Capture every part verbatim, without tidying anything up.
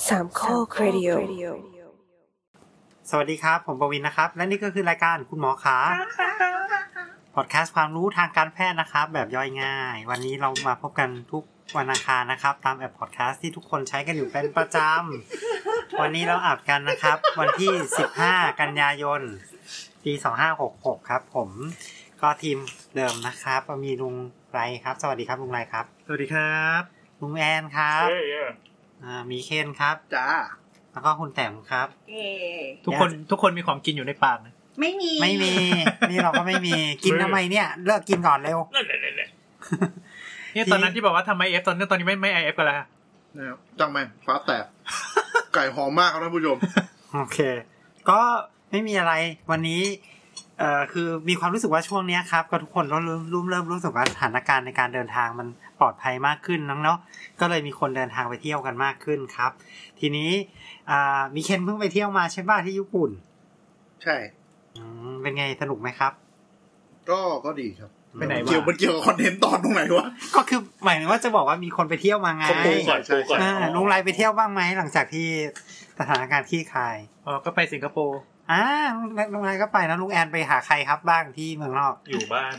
สามข้อเรดิโอสวัสดีครับผมประวินนะครับและนี่ก็คือรายการคุณหมอขาพอดแคสต์ความรู้ทางการแพทย์นะครับแบบย่อยง่ายวันนี้เรามาพบกันทุกวันอังคารนะครับตามแอปพอดแคสต์ที่ทุกคนใช้กันอยู่เป็นประจำวันนี้เราอัดกันนะครับวันที่สิบห้ากันยายนปีสองพันห้าร้อยหกสิบหกครับผมก็ทีมเดิมนะครับมีลุงไรครับสวัสดีครับลุงไรครับสวัสดีครับลุงแอนครับอ่ามีเคนครับจ้าแล้วก็คุณแต้มครับเอทุกคนทุกคนมีของกินอยู่ในปากนะไม่มีไม่มีนี่เราก็ไม่มีกินทำไมเนี่ยเลิกกินก่อนเร็วนี่ตอนนั้นที่บอกว่าทำไมเอฟตอนนี้ตอนนี้ไม่ไม่ไอเอฟกันแล้วนะครับจังแม่งฟ้าแตกไก่หอมมากครับท่านผู้ชมโอเคก็ไม่มีอะไรวันนี้เอ่อคือมีความรู้สึกว่าช่วงนี้ครับก็ทุกคนเริ่มเริ่มเริ่มรู้สึกว่าสถานการณ์ในการเดินทางมันปลอดภัยมากขึ้นนังเนาะก็เลยมีคนเดินทางไปเที่ยวกันมากขึ้นครับทีนี้อ่ามีเคนเพิ่งไปเที่ยวมาใช่ป่ะที่ญี่ปุ่นใช่อืมเป็นไงสนุกไหมครับก็ก็ดีครับไปไหนวะเกี่ยวมันเกี่ยวกับคอนเทนต์ตอนตรงไหนวะก็คือหมายถึงว่าจะบอกว่ามีคนไปเที่ยวมาไงใช่ใช่อ่าลุงไรไปเที่ยวบ้างไหมหลังจากที่สถานการณ์คลี่คลายอ๋อก็ไปสิงคโปร์อ่าลุงไรก็ไปนะลุงแอนไปหาใครครับบ้างที่เมืองนอกอยู่บ้าน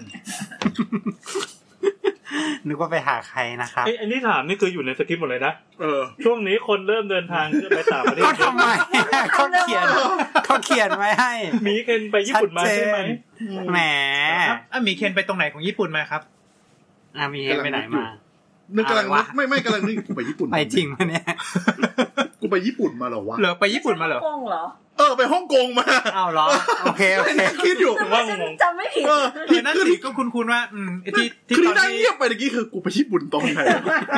นึกว่าไปหาใครนะครับไอ้นี่ถามนี่คืออยู่ในสคริปต์หมดเลยนะเออช่วงนี้คนเริ่มเดินทางไปต่างประเทศก็ทำไมเขาเขียนเขาเขียนไว้ให้มีเคนไปญี่ปุ่นมาใช่ไหมแหมอ่ะมีเคนไปตรงไหนของญี่ปุ่นมาครับอ่ะมีเคนไปไหนมานึกกำลังไม่ไม่กำลังนึกไปญี่ปุ่นไปจริงมั้ยเนี่ยกูไปญี่ปุ่นมาเหรอวะเหรอไปญี่ปุ่นมาเหรอฮ่องกงเหรอเออไปฮ่องกงมาอ้าวเหรอโอเคโอเคคิดอยู่ว่างงจำไม่ผิดเออนั่นสิก็คุ้นๆว่าอืมที่ที่ตอนที่เงียบไปเมื่อกี้คือกูไปญี่ปุ่นตอนไหน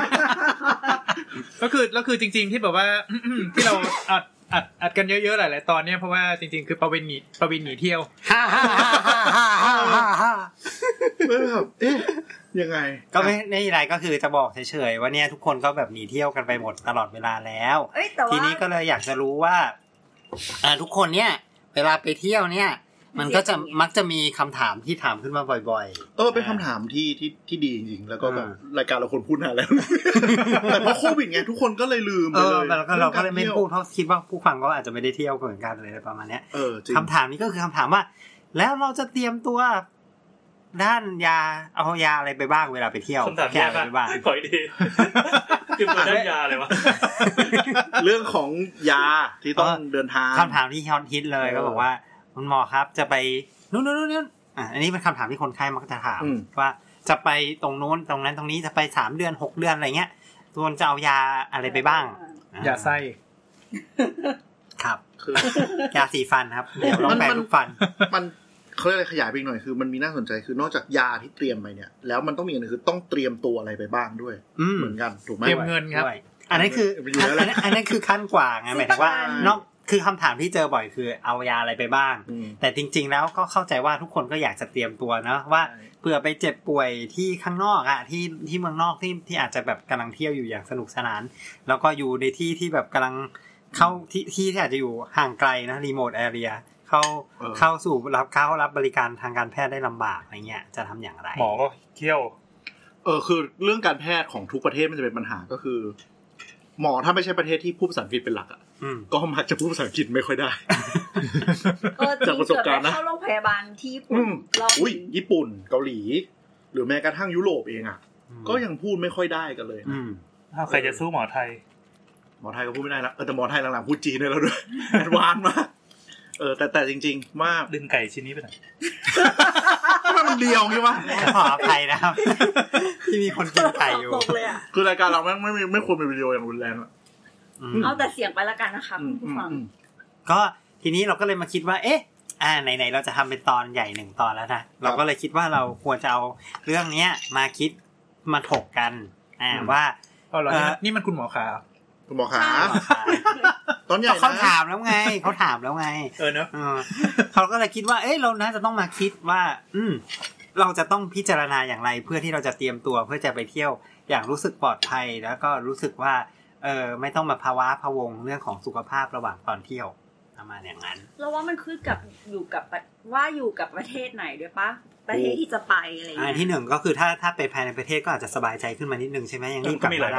ก็คือแล้วคือจริงๆที่แบบว่าที่เราอัดอัดอัดกันเยอะๆหลายๆตอนเนี่ยเพราะว่าจริงๆคือประวินหนีประวินหนีเที่ยวฮ่าฮ่าฮ่าฮ่าฮ่าฮ่าแบบเอ๊ะยังไงก็ไม่ได้อะไรก็คือจะบอกเฉยๆว่าเนี่ยทุกคนก็แบบหนีเที่ยวกันไปหมดตลอดเวลาแล้วทีนี้ก็เลยอยากจะรู้ว่าอ่าทุกคนเนี่ยเวลาไปเที่ยวเนี่ยมันก็จะมักจะมีคำถามที่ถามขึ้นมาบ่อยๆเออเป็นคำถามที่ที่ที่ดีจริงๆแล้วก็แบบรายการเราคนพูดนานแล้วแต่พอโควิดไงทุกคนก็เลยลืมไปเลยแล้วก็เราก็เลยไม่พูดเพราะคิดว่าผู้ฟังก็อาจจะไม่ได้เที่ยวเหมือนกันเลยประมาณนี้คำถามนี้ก็คือคำถามว่าแล้วเราจะเตรียมตัวด้านยาเอายาอะไรไปบ้างเวลาไปเที่ยวแก้อะไรไปบ้างขออีกทีคือมาด้านยาอะไรวะเรื่องของยาที่ต้องเดินทางคำถามที่ฮอตฮิตเลยก็บอกว่าคุณหมอครับจะไปนู้นนู้นนู้นอ่ะอันนี้เป็นคำถามที่คนไข้มักจะถามว่าจะไปตรงโน้นตรงนั้นตรงนี้จะไปสามเดือนหกเดือนอะไรเงี้ยควรจะเอายาอะไรไปบ้างยาไส้ครับคือยาสีฟันครับเดี๋ยวลองแปรงลูกฟันมันเขาเรียกอะไรขยายไปอีกหน่อยคือมันมีน่าสนใจคือนอกจากยาที่เตรียมไปเนี่ยแล้วมันต้องมีอันนึงคือต้องเตรียมตัวอะไรไปบ้างด้วยเหมือนกันถูกไหมเตรียมเงินครับอันนั้นคืออันนั้นคือขั้นกว่าไงหมายถึงว่านอกคือคำถามที่เจอบ่อยคือเอายาอะไรไปบ้างแต่จริงๆแล้วก็เข้าใจว่าทุกคนก็อยากจะเตรียมตัวนะว่าเผื่อไปเจ็บป่วยที่ข้างนอกอ่ะที่ที่เมืองนอกที่ที่อาจจะแบบกำลังเที่ยวอยู่อย่างสนุกสนานแล้วก็อยู่ในที่ที่แบบกำลังเข้าที่ที่ที่อาจจะอยู่ห่างไกลนะรีโมทแอเรียเข้าเข้าสู่รับเข้ารับบริการทางการแพทย์ได้ลำบากอะไรเงี้ยจะทำอย่างไรหมอก็เที่ยวเออคือเรื่องการแพทย์ของทุกประเทศมันจะเป็นปัญหาก็คือหมอถ้าไม่ใช่ประเทศที่พูดภาษาอังกฤษเป็นหลักอ่ะก็มักจะพูดภาษาอังกฤษไม่ค่อยได้จากประสบการณ์นะเข้าโรงพยาบาลที่ญี่ปุ่นอุ้ยญี่ปุ่นเกาหลีหรือแม้กระทั่งยุโรปเองอ่ะก็ยังพูดไม่ค่อยได้กันเลยนะใครจะสู้หมอไทยหมอไทยก็พูดไม่ได้แล้วเออแต่หมอไทยหลังๆพูดจีนได้แล้วด้วยแอดวานซ์มากเออแต่แต่จริงๆมากดึงไก่ชิ้นนี้ไปไหนมันเดียวใช่ไหมขออภัยนะครับที่มีคนกินไก่อยู่คือรายการเราไม่ไม่ไม่ควรเป็นวิดีโออย่างรุนแรงอะเอาแต่เสียงไปละกันนะคะผู้ฟังก็ทีนี้เราก็เลยมาคิดว่าเอ๊ะอ่าไหนๆเราจะทำเป็นตอนใหญ่หนึ่งตอนแล้วนะเราก็เลยคิดว่าเราควรจะเอาเรื่องนี้มาคิดมาถกกันอ่าว่าเออนี่มันคุณหมอขาคุณหมอขาตอนใหญ่นะเขาถามแล้วไงเขาถามแล้วไงเออเนอะเขาก็เลยคิดว่าเอ๊ะเราน่าจะต้องมาคิดว่าอืมเราจะต้องพิจารณาอย่างไรเพื่อที่เราจะเตรียมตัวเพื่อจะไปเที่ยวอย่างรู้สึกปลอดภัยแล้วก็รู้สึกว่าเออไม่ต้องมาภาวะพะวงเรื่องของสุขภาพระหว่างตอนเที่ยวประมาณอย่างนั้นเราว่ามันขึ้นกับอยู่กับว่าอยู่กับประเทศไหนด้วยปะประเทศที่จะไปอะไรอย่างเงี้ยอันที่หนึ่งก็คือถ้าถ้าไปภายในประเทศก็อาจจะสบายใจขึ้นมานิดนึงใช่ไหมยังรีบกลับมาได้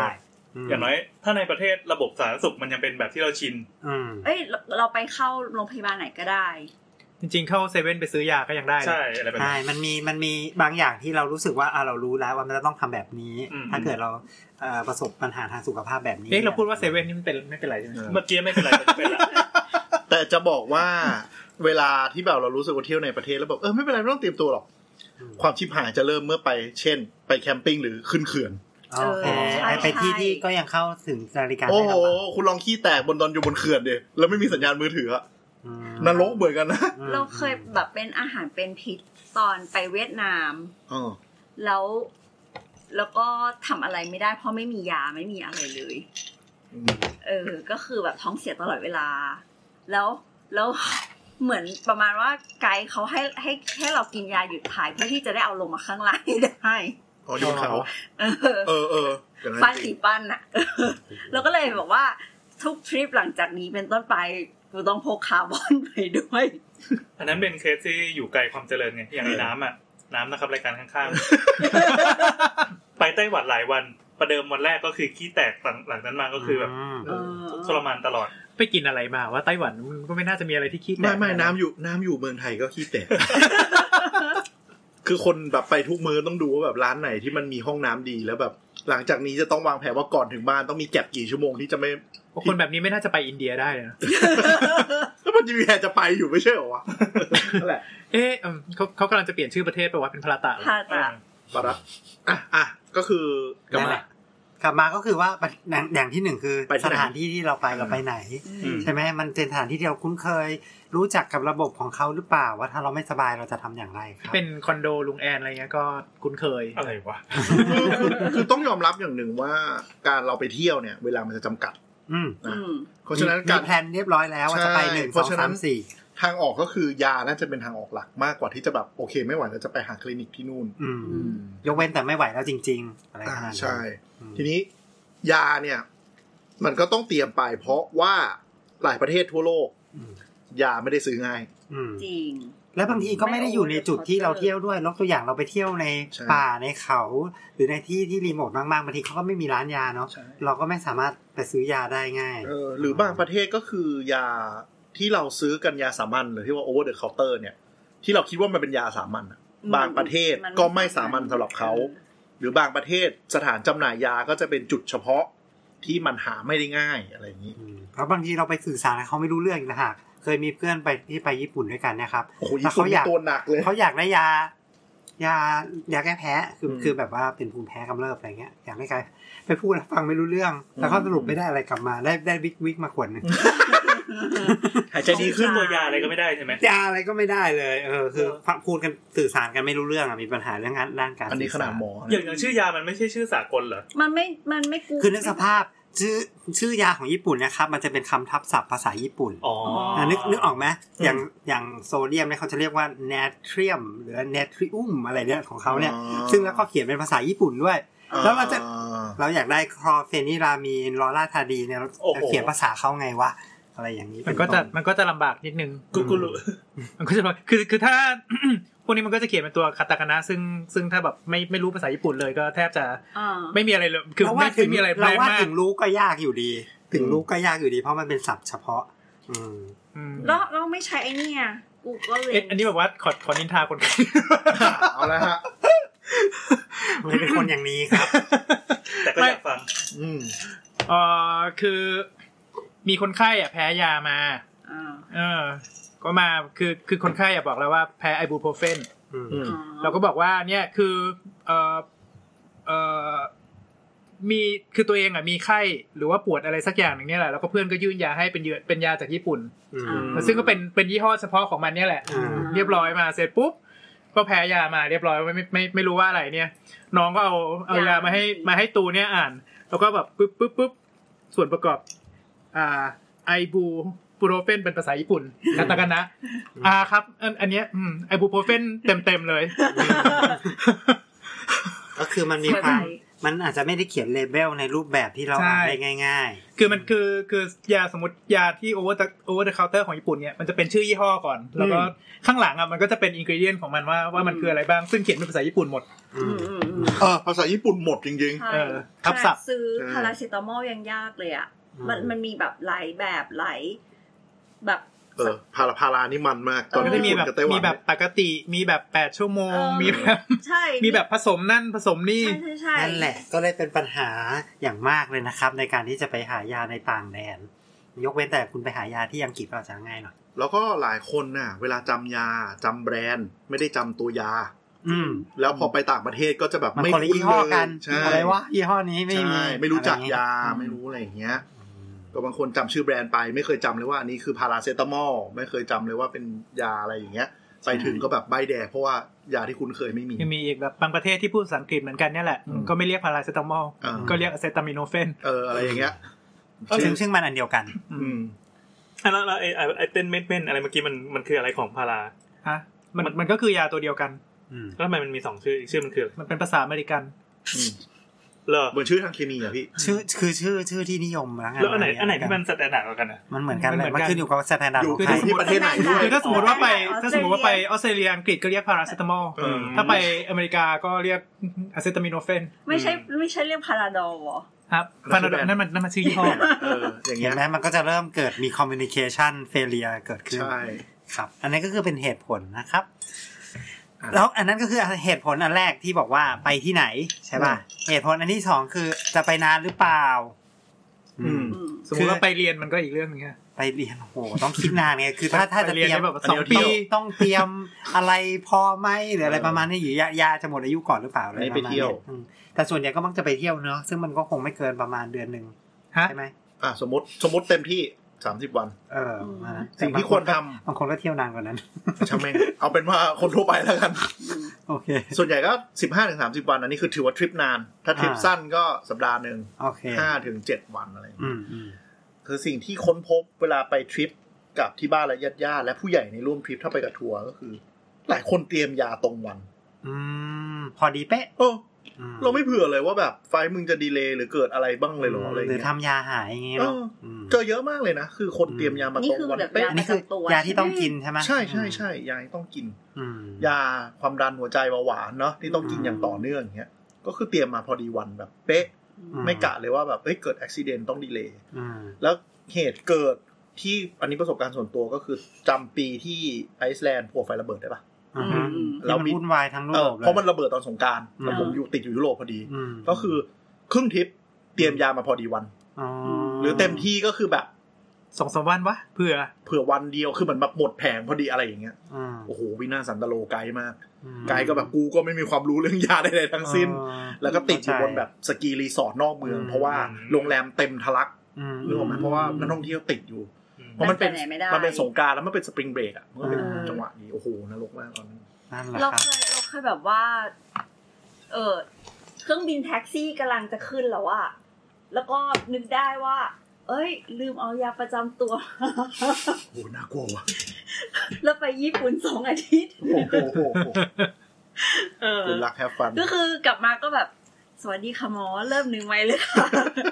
อย่างน้อยถ้าในประเทศระบบสาธารณสุขมันยังเป็นแบบที่เราชินเอ้ยเราไปเข้าโรงพยาบาลไหนก็ได้จริงๆเข้าเซเว่นไปซื้อยาก็ยังได้ใช่อะไรแบบนี้ใช่มันมีมันมีบางอย่างที่เรารู้สึกว่าอ่ะเรารู้แล้วว่ามันจะต้องทำแบบนี้ถ้าเกิดเราประสบปัญหาทางสุขภาพแบบนี้เอ๊ะเราพูดว่าเซเว่นนี่มันเป็นไม่เป็นไรใช่ไหมเมื่อกี้ไม่เป็นไรไม่เป็นไรแต่จะบอกว่าเวลาที่แบบเรารู้สึกว่าเที่ยวในประเทศแล้วแบบเออไม่เป็นไรไม่ต้องเตรียมตัวหรอกความชิบหายจะเริ่มเมื่อไปเช่นไปแคมปิ้งหรือขึ้นเขื่อนโอเคไปที่ที่ก็ยังเข้าถึงนาฬิกาได้โอ้โหคุณลองขี้แตกบนตอนอยู่บนเขื่อนดิแล้วไม่มีสัญญาณมือถืออะนรกเหมือนกันนะเราเคยแบบเป็นอาหารเป็นพิษตอนไปเวียดนามแล้วแล้วก็ทำอะไรไม่ได้เพราะไม่มียาไม่มีอะไรเลยเออก็คือแบบท้องเสียตลอดเวลาแล้วแล้วเหมือนประมาณว่าไกด์เขาให้ให้ให้เรากินยาหยุดถ่ายเพื่อที่จะได้เอาลงมาข้างล่างได้อ๋อหยุดเขาเออเออเออฟันสีปั้นอะแล้วก็เลยบอกว่าทุกทริปหลังจากนี้เป็นต้นไปกูต้องพกคาร์บอนไปด้วยอันนั้นเป็นเคสที่อยู่ไกลความเจริญไงอย่างในน้ำอ่ะน้ำนะครับรายการข้างๆไปไต้หวันหลายวันประเดิมวันแรกก็คือขี้แตกหลังนั้นมาก็คือแบบทรมานตลอดไปกินอะไรมาว่าไต้หวันมันก็ไม่น่าจะมีอะไรที่ขี้แตกไม่ไม่น้ำอยู่น้ำอยู่เมืองไทยก็ขี้แตกคือคนแบบไปทุกมื้อต้องดูว่าแบบร้านไหนที่มันมีห้องน้ำดีแล้วแบบหลังจากนี้จะต้องวางแผนว่าก่อนถึงบ้านต้องมีแก็บกี่ชั่วโมงที่จะไม่คนแบบนี้ไม่น่าจะไปอินเดียได้เลยนะแล้วมันจะมีแผนจะไปอยู่ไม่ใช่เหรอวะนั่นแหละเอ๊ะเขาเขากำลังจะเปลี่ยนชื่อประเทศไปว่าเป็นพาราตะพาราตะพาราอ่ะอ่ะก็คือกลับมากลับมาก็คือว่าอย่างที่หนึ่งคือสถานที่ที่เราไปเราไปไหนใช่ไหมมันเป็นสถานที่ที่เราคุ้นเคยรู้จักกับระบบของเขาหรือเปล่าว่าถ้าเราไม่สบายเราจะทำอย่างไรครับเป็นคอนโดลุงแอนอะไรเงี้ยก็คุ้นเคยอะไรวะคือต้องยอมรับอย่างหนึ่งว่าการเราไปเที่ยวเนี่ยเวลามันจะจำกัดนะเพราะฉะนั้นการแพลนเรียบร้อยแล้วว่าจะไปหนึ่ง สอง สาม สี่ทางออกก็คือยาน่าจะเป็นทางออกหลักมากกว่าที่จะแบบโอเคไม่ไหวแล้วจะไปหาคลินิกที่นู่นยกเว้นแต่ไม่ไหวแล้วจริงๆอะไรขนาดนั้นใช่ทีนี้ยาเนี่ยมันก็ต้องเตรียมไปเพราะว่าหลายประเทศทั่วโลกยาไม่ได้ซื้อง่ายจริงแล้วบางทีก็ไม่ได้อยู่ในจุดที่เราเที่ยวด้วยยกตัวอย่างเราไปเที่ยวในป่าในเขาหรือในที่ที่รีโมทมากๆบางทีเขาก็ไม่มีร้านยาเนาะเราก็ไม่สามารถไปซื้อยาได้ง่ายเออหรือบางประเทศก็คือยาที่เราซื้อกันยาสามัญหรือที่ว่า over the counter เนี่ยที่เราคิดว่ามันเป็นยาสามัญบางประเทศก็ไม่สามัญสำหรับเขาหรือบางประเทศสถานจำหน่ายยาก็จะเป็นจุดเฉพาะที่มันหาไม่ได้ง่ายอะไรอย่างนี้เพราะบางทีเราไปสื่อสารเขาไม่รู้เรื่องนะฮะเคยมีเพื่อนไปที่ไปญี่ปุ่นด้วยกันนะครับแล้วเขาอยากตัวหนักเลยเขาอยากได้ยายายาแก้แพ้คือคือแบบว่าเป็นภูมิแพ้กำเริบอะไรเงี้ยอยากได้ใครไปพูดฟังไม่รู้เรื่องแล้วก็สรุปไม่ได้อะไรกลับมาได้ได้วิกวิกมาขวดนึงหายใจดีขึ้นตัวยาอะไรก็ไม่ได้ใช่ไหมยาอะไรก็ไม่ได้เลยเออคือพูดกันสื่อสารกันไม่รู้เรื่องอ่ะมีปัญหาเรื่องด้านการอันนี้ขนาดหมออย่างอย่างชื่อยามันไม่ใช่ชื่อสากลเหรอมันไม่มันไม่กูคือนึกสภาพชื่อชื่อยาของญี่ปุ่นนะครับมันจะเป็นคำทับศัพท์ภาษาญี่ปุ่นอ๋อนึกนึกออกไหมอย่างอย่างโซเดียมเนี่ยเขาจะเรียกว่าเนเทรียมหรือเนทริอุมอะไรเนี่ยของเขาเนี่ยซึ่งแล้วก็เขียนเป็นภาษาญี่ปุ่นด้วยแล้วเราจะเราอยากได้คลอเฟนิรามีนลอราทาดีเนี่ยเราเขียนภาษาเขาไงวะอะไรอย่างนี้มันก็จะมันก็จะลำบากนิดนึงกูกูรู้มันก็จะคือคือถ้าพวกนี้มันก็จะเขียนเป็นตัวคาตาคานะซึ่งซึ่งถ้าแบบไม่ไม่รู้ภาษาญี่ปุ่นเลยก็แทบจะไม่มีอะไรเลยคือไม่ไม่มีอะไรเราว่าถึงรู้ก็ยากอยู่ดีถึงรู้ก็ยากอยู่ดีเพราะมันเป็นศัพท์เฉพาะแล้วเราไม่ใช้ไอ้นี่อ่ะกูก็เลยอันนี้แบบว่าขอขอนินทาคนเอาละฮะไม่เป็นคนอย่างนี้ครับแต่ก็อยากฟังอืมเอ่อคือมีคนไข้อ่ะแพ้ยามาเออก็มาคือคือคนไข้อ่ะบอกแล้วว่าแพ้ไอบูโพรเฟนเราก็บอกว่าเนี่ยคือเอ่อเอ่อมีคือตัวเองอ่ะมีไข้หรือว่าปวดอะไรสักอย่างนึงเนี่ยแหละแล้วก็เพื่อนก็ยื่นยาให้เป็นเป็นยาจากญี่ปุ่นซึ่งก็เป็นเป็นยี่ห้อเฉพาะของมันเนี่ยแหละเรียบร้อยมาเสร็จปุ๊บก็แพ้ยามาเรียบร้อยไม่ไม่ไม่รู้ว่าอะไรเนี่ยน้องก็เอาเอายามาให้มาให้ตูเนี่ยอ่านแล้วก็แบบปึ๊บปึ๊บปึ๊บส่วนประกอบอ่าไอบูโปรเฟนเป็นภาษาญี่ปุ่นคาตาคานะอ่าครับอันอันเนี้ยอืมไอบูโปรเฟนเต็มๆเลยก็คือมันมีความมันอาจจะไม่ได้เขียนเลเบลในรูปแบบที่เราอ่านได้ง่ายๆคือมันคือคือยาสมมติยาที่ over the over the counter ของญี่ปุ่นเนี่ยมันจะเป็นชื่อยี่ห้อก่อนแล้วก็ข้างหลังอ่ะมันก็จะเป็นอินกรีเดียนต์ของมันว่าว่ามันคืออะไรบ้างซึ่งเขียนเป็นภาษาญี่ปุ่นหมดเออภาษาญี่ปุ่นหมดจริงๆเออทับศัพท์ซื้อพาราเซตามอลยังยากเลยอ่ะมันมันมีแบบหลายแบบหลายแบบเออพาราพารานี่มันมากตอนนี้มีแบบมีแบบปกติมีแบบแปดชั่วโมงมีแบบใช่มีแบบผสมนั่นผสมนี่นั่นแหละก็เลยเป็นปัญหาอย่างมากเลยนะครับในการที่จะไปหายาในต่างแดนยกเว้นแต่คุณไปหายาที่อังกฤษก็จะง่ายหน่อยแล้วก็หลายคนน่ะเวลาจำยาจำแบรนด์ไม่ได้จำตัวยาอืมแล้วพอไปต่างประเทศก็จะแบบไม่คุ้นเลยใช่อะไรวะยี่ห้อนี้ไม่มีไม่รู้จักยาไม่รู้อะไรอย่างเงี้ยก็บางคนจำชื่อแบรนด์ไปไม่เคยจำเลยว่าอันนี้คือพาราเซตามอลไม่เคยจำเลยว่าเป็นยาอะไรอย่างเงี้ยไปถึงก็แบบใบแดงเพราะว่ายาที่คุณเคยไม่มีมีอีกแบบบางประเทศที่พูดภาษาอังกฤษเหมือนกันเนี่ยแหละก็ไม่เรียกพาราเซตามอลก็เรียกอะเซตามิโนเฟนเอออะไรอย่างเงี้ยซึ่งซึ่งมันอันเดียวกันอืมแล้วไอ้ไอ้เต้นเม็ดเม็ดอะไรเมื่อกี้มันมันคืออะไรของพาราฮะมันมันก็คือยาตัวเดียวกันแล้วทำไมมันมีสองชื่ออีกชื่อมันคือมันเป็นภาษาอเมริกันเหรอเหมือนชื่อทางเคมีอ่ะพี่ชื่อคือชื่อชื่อที่นิยมแล้วแล้วอันไหนอันไหนที่มันสแตนดาร์ดกว่ากันอ่ะมันเหมือนกันเลยมันขึ้นอยู่กับสแตนดาร์ดของใครที่ประเทศไหนด้วยคือถ้าสมมติว่าไปถ้าสมมติว่าไปออสเตรเลียอังกฤษก็เรียกพาราเซตามอลถ้าไปอเมริกาก็เรียกอะเซตามิโนเฟนไม่ใช่ไม่ใช่เรียกพาราดอลหรอครับพาราดอลนั่นมันนั่นมันชื่อยี่ห้อเอออย่างเงี้ยแม้มันก็จะเริ่มเกิดมีคอมมิวนิเคชันเฟเลียเกิดขึ้นใช่ครับอันนี้ก็คือเป็นเหตุผลนะครับแล้วอันนั้นก็คือเหตุผลอันแรกที่บอกว่าไปที่ไหนใช่ป่ะเหตุผลอันที่สองคือจะไปนานหรือเปล่าอืมสมมติว่าไปเรียนมันก็อีกเรื่องนึงฮะไปเรียนโหต้องคิดนานไงคือถ้าถ้าจะเตรียมแบบสองปีต้องเตรียมอะไรพอไหมหรืออะไรประมาณนี้หรือยาจะหมดอายุก่อนหรือเปล่าอะไรประมาณนี้แต่ส่วนใหญ่ก็มักจะไปเที่ยวเนาะซึ่งมันก็คงไม่เกินประมาณเดือนนึงใช่มั้ยอ่ะสมมุติสมมุติเต็มที่สามสิบวันเออสิ่งที่ควรทำบางคนก็เที่ยวนานกว่านั้นช่างแม่งเอาเป็นว่าคนทั่วไปแล้วกันโอเคส่วนใหญ่ก็ สิบห้าถึงสามสิบ วันอันนี้คือถือว่าทริปนานถ้าทริปสั้นก็สัปดาห์นึงโอเคห้าถึงเจ็ด วันอะไรอืมๆคือสิ่งที่ค้นพบเวลาไปทริปกับที่บ้านและญาติๆและผู้ใหญ่ในร่วมทริปถ้าไปกับทัวร์ก็คือหลายคนเตรียมยาตรงวันอืมพอดีเป๊ะเออเราไม่เผื่อเลยว่าแบบไฟมึงจะดีเลย์หรือเกิดอะไรบ้างเลยหรออะไรเงี้ยหรือทำยาหายอย่างเงี้ยเนาะเจอเยอะมากเลยนะคือคนเตรียมยามาตรงวันเป๊ะอันนี้คือยาที่ต้องกินใช่ไหมใช่ใช่ใช่ยาต้องกินยาความดันหัวใจเบาหวานเนาะที่ต้องกินอย่างต่อเนื่องอย่างเงี้ยก็คือเตรียมมาพอดีวันแบบเป๊ะไม่กะเลยว่าแบบเอ้ยเกิดอุบัติเหตุต้องดีเลย์แล้วเหตุเกิดที่อันนี้ประสบการณ์ส่วนตัวก็คือจำปีที่ไอซ์แลนด์ภูเขาไฟระเบิดได้ปะเราวุ่นวายทั้งโลกเพราะมันระเบิดตอนสงกรานต์แล้วผมอยู่ติดอยู่ยุโรปพอดีก็คือครึ่งทริปเตรียมยามาพอดีวันหรือเต็มที่ก็คือแบบสองสามวันวะเผื่อเผื่อวันเดียวคือเหมือนแบบหมดแผงพอดีอะไรอย่างเงี้ยโอ้โหวินาศสันตโลไกด์มากไกด์ก็แบบกูก็ไม่มีความรู้เรื่องยาใดๆทั้งสิ้นแล้วก็ติดอยู่บนแบบสกีรีสอร์ทนอกเมืองเพราะว่าโรงแรมเต็มทะลักเรื่องของมันเพราะว่านักท่องเที่ยวติดอยู่เพราะมันเป็นมันเป็นสงกรานต์แล้วมันเป็นสปริงเบรกอ่ะมันก็เป็นจังหวะนี้โอ้โหนรกมากตอนนั้นเราเคยเราเคยแบบว่าเออเครื่องบินแท็กซี่กำลังจะขึ้นแล้วอะแล้วก็นึกได้ว่าเอ้ยลืมเอายาประจำตัวโอ้น่ากลัวว่ะแล้วไปญี่ปุ่นสองอาทิตย์โอ้โหเออคุณรักแฮปฟันก็คือกลับมาก็แบบสวัสดีค่ะหมอเริ่มหนึ่งไว้เลยค่ะ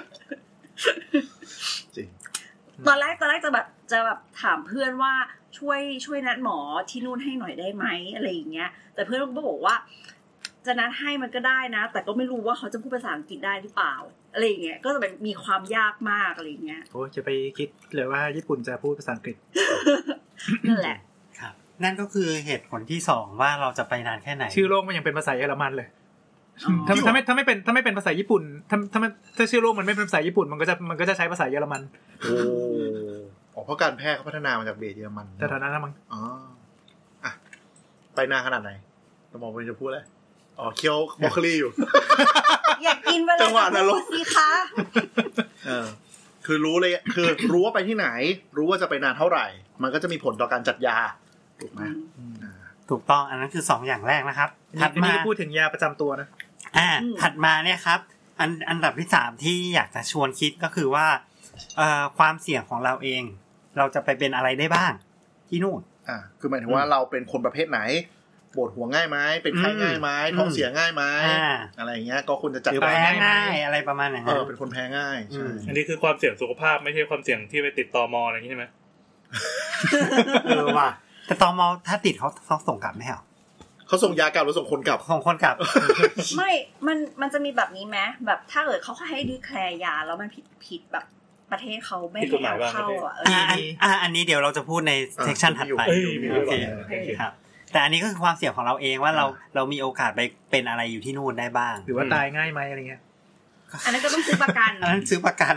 จริงตอนแรกตอนแรกจะแบบจะแบบถามเพื่อนว่าช่วยช่วยนัดหมอที่นู่นให้หน่อยได้ไหมอะไรอย่างเงี้ยแต่เพื่อนก็บอกว่าจะนัดให้มันก็ได้นะแต่ก็ไม่รู้ว่าเขาจะพูดภาษาอังกฤษได้หรือเปล่าอะไรอย่างเงี้ยก็จะแบบมีความยากมากอะไรอย่างเงี้ยโอ้จะไปคิดเลยว่าญี่ปุ่นจะพูดภาษาอังกฤษนั่นแหละครับนั่นก็คือเหตุผลที่สองว่าเราจะไปนานแค่ไหนชื่อโลกมันยังเป็นภาษาเยอรมันเลยถ้าถ้าไม่ถ้าไม่เป็นถ้าไม่เป็นภาษาญี่ปุ่นถ้าถ้าถ้าชื่อโลกมันไม่เป็นภาษาญี่ปุ่นมันก็จะมันก็จะใช้ภาษาเยอรมันโอ้อ๋อเพราะการแพร่เขาพัฒนามาจากเบสเยอรมันแต่เท่านั้นนะมั้งอ๋ออ่ะไปนานขนาดไหนสมองมันจะพูดอะไรอ๋อเคี้ยวบรอกโคลีอยู่อยากกินเวลาจังหวะนรกสิคะเออคือรู้เลยคือรู้ว่าไปที่ไหนรู้ว่าจะไปนานเท่าไหร่มันก็จะมีผลต่อการจัดยาถูกไหมถูกต้องอันนั้นคือสองอย่างแรกนะครับถัดมาพูดถึงยาประจำตัวนะอ่าถัดมาเนี่ยครับอันอันดับที่สามที่อยากจะชวนคิดก็คือว่าเอ่อความเสี่ยงของเราเองเราจะไปเป็นอะไรได้บ้างที่นู่นอ่าคือหมายถึงว่าเราเป็นคนประเภทไหนปวดหัวง่ายไหมเป็นไข้ง่ายไหมท้องเสียง่ายไหมอะไรอย่างเงี้ยก็ควรจะจัดการแพ้ง่ายอะไรประมาณนั้นเออเป็นคนแพ้ง่ายใช่อันนี้คือความเสี่ยงสุขภาพไม่ใช่ความเสี่ยงที่ไปติดตม.อะไรอย่างนี้ใช่ไหมเออว่ะแต่ตม.ถ้าติดเขาเขาส่งกลับไหมเหรอเขาส่งยากลับหรือส่งคนกลับส่งคนกลับไม่มันมันจะมีแบบนี้ไหมแบบถ้าเกิดเขาให้ดีแคลร์ยาแล้วมันผิดผิดแบบประเทศเขาไม่ให้เอาเข้าอ่ะเอออันนี้เดี๋ยวเราจะพูดในเซกชันถัดไปครับแต่อันนี้ก็คือความเสี่ยงของเราเองว่าเราเรามีโอกาสไปเป็นอะไรอยู่ที่นู่นได้บ้างหรือว่าตายง่ายไหมอะไรเงี้ยอันนั้นก็ต้องซื้อประกันอันนั้นซื้อประกัน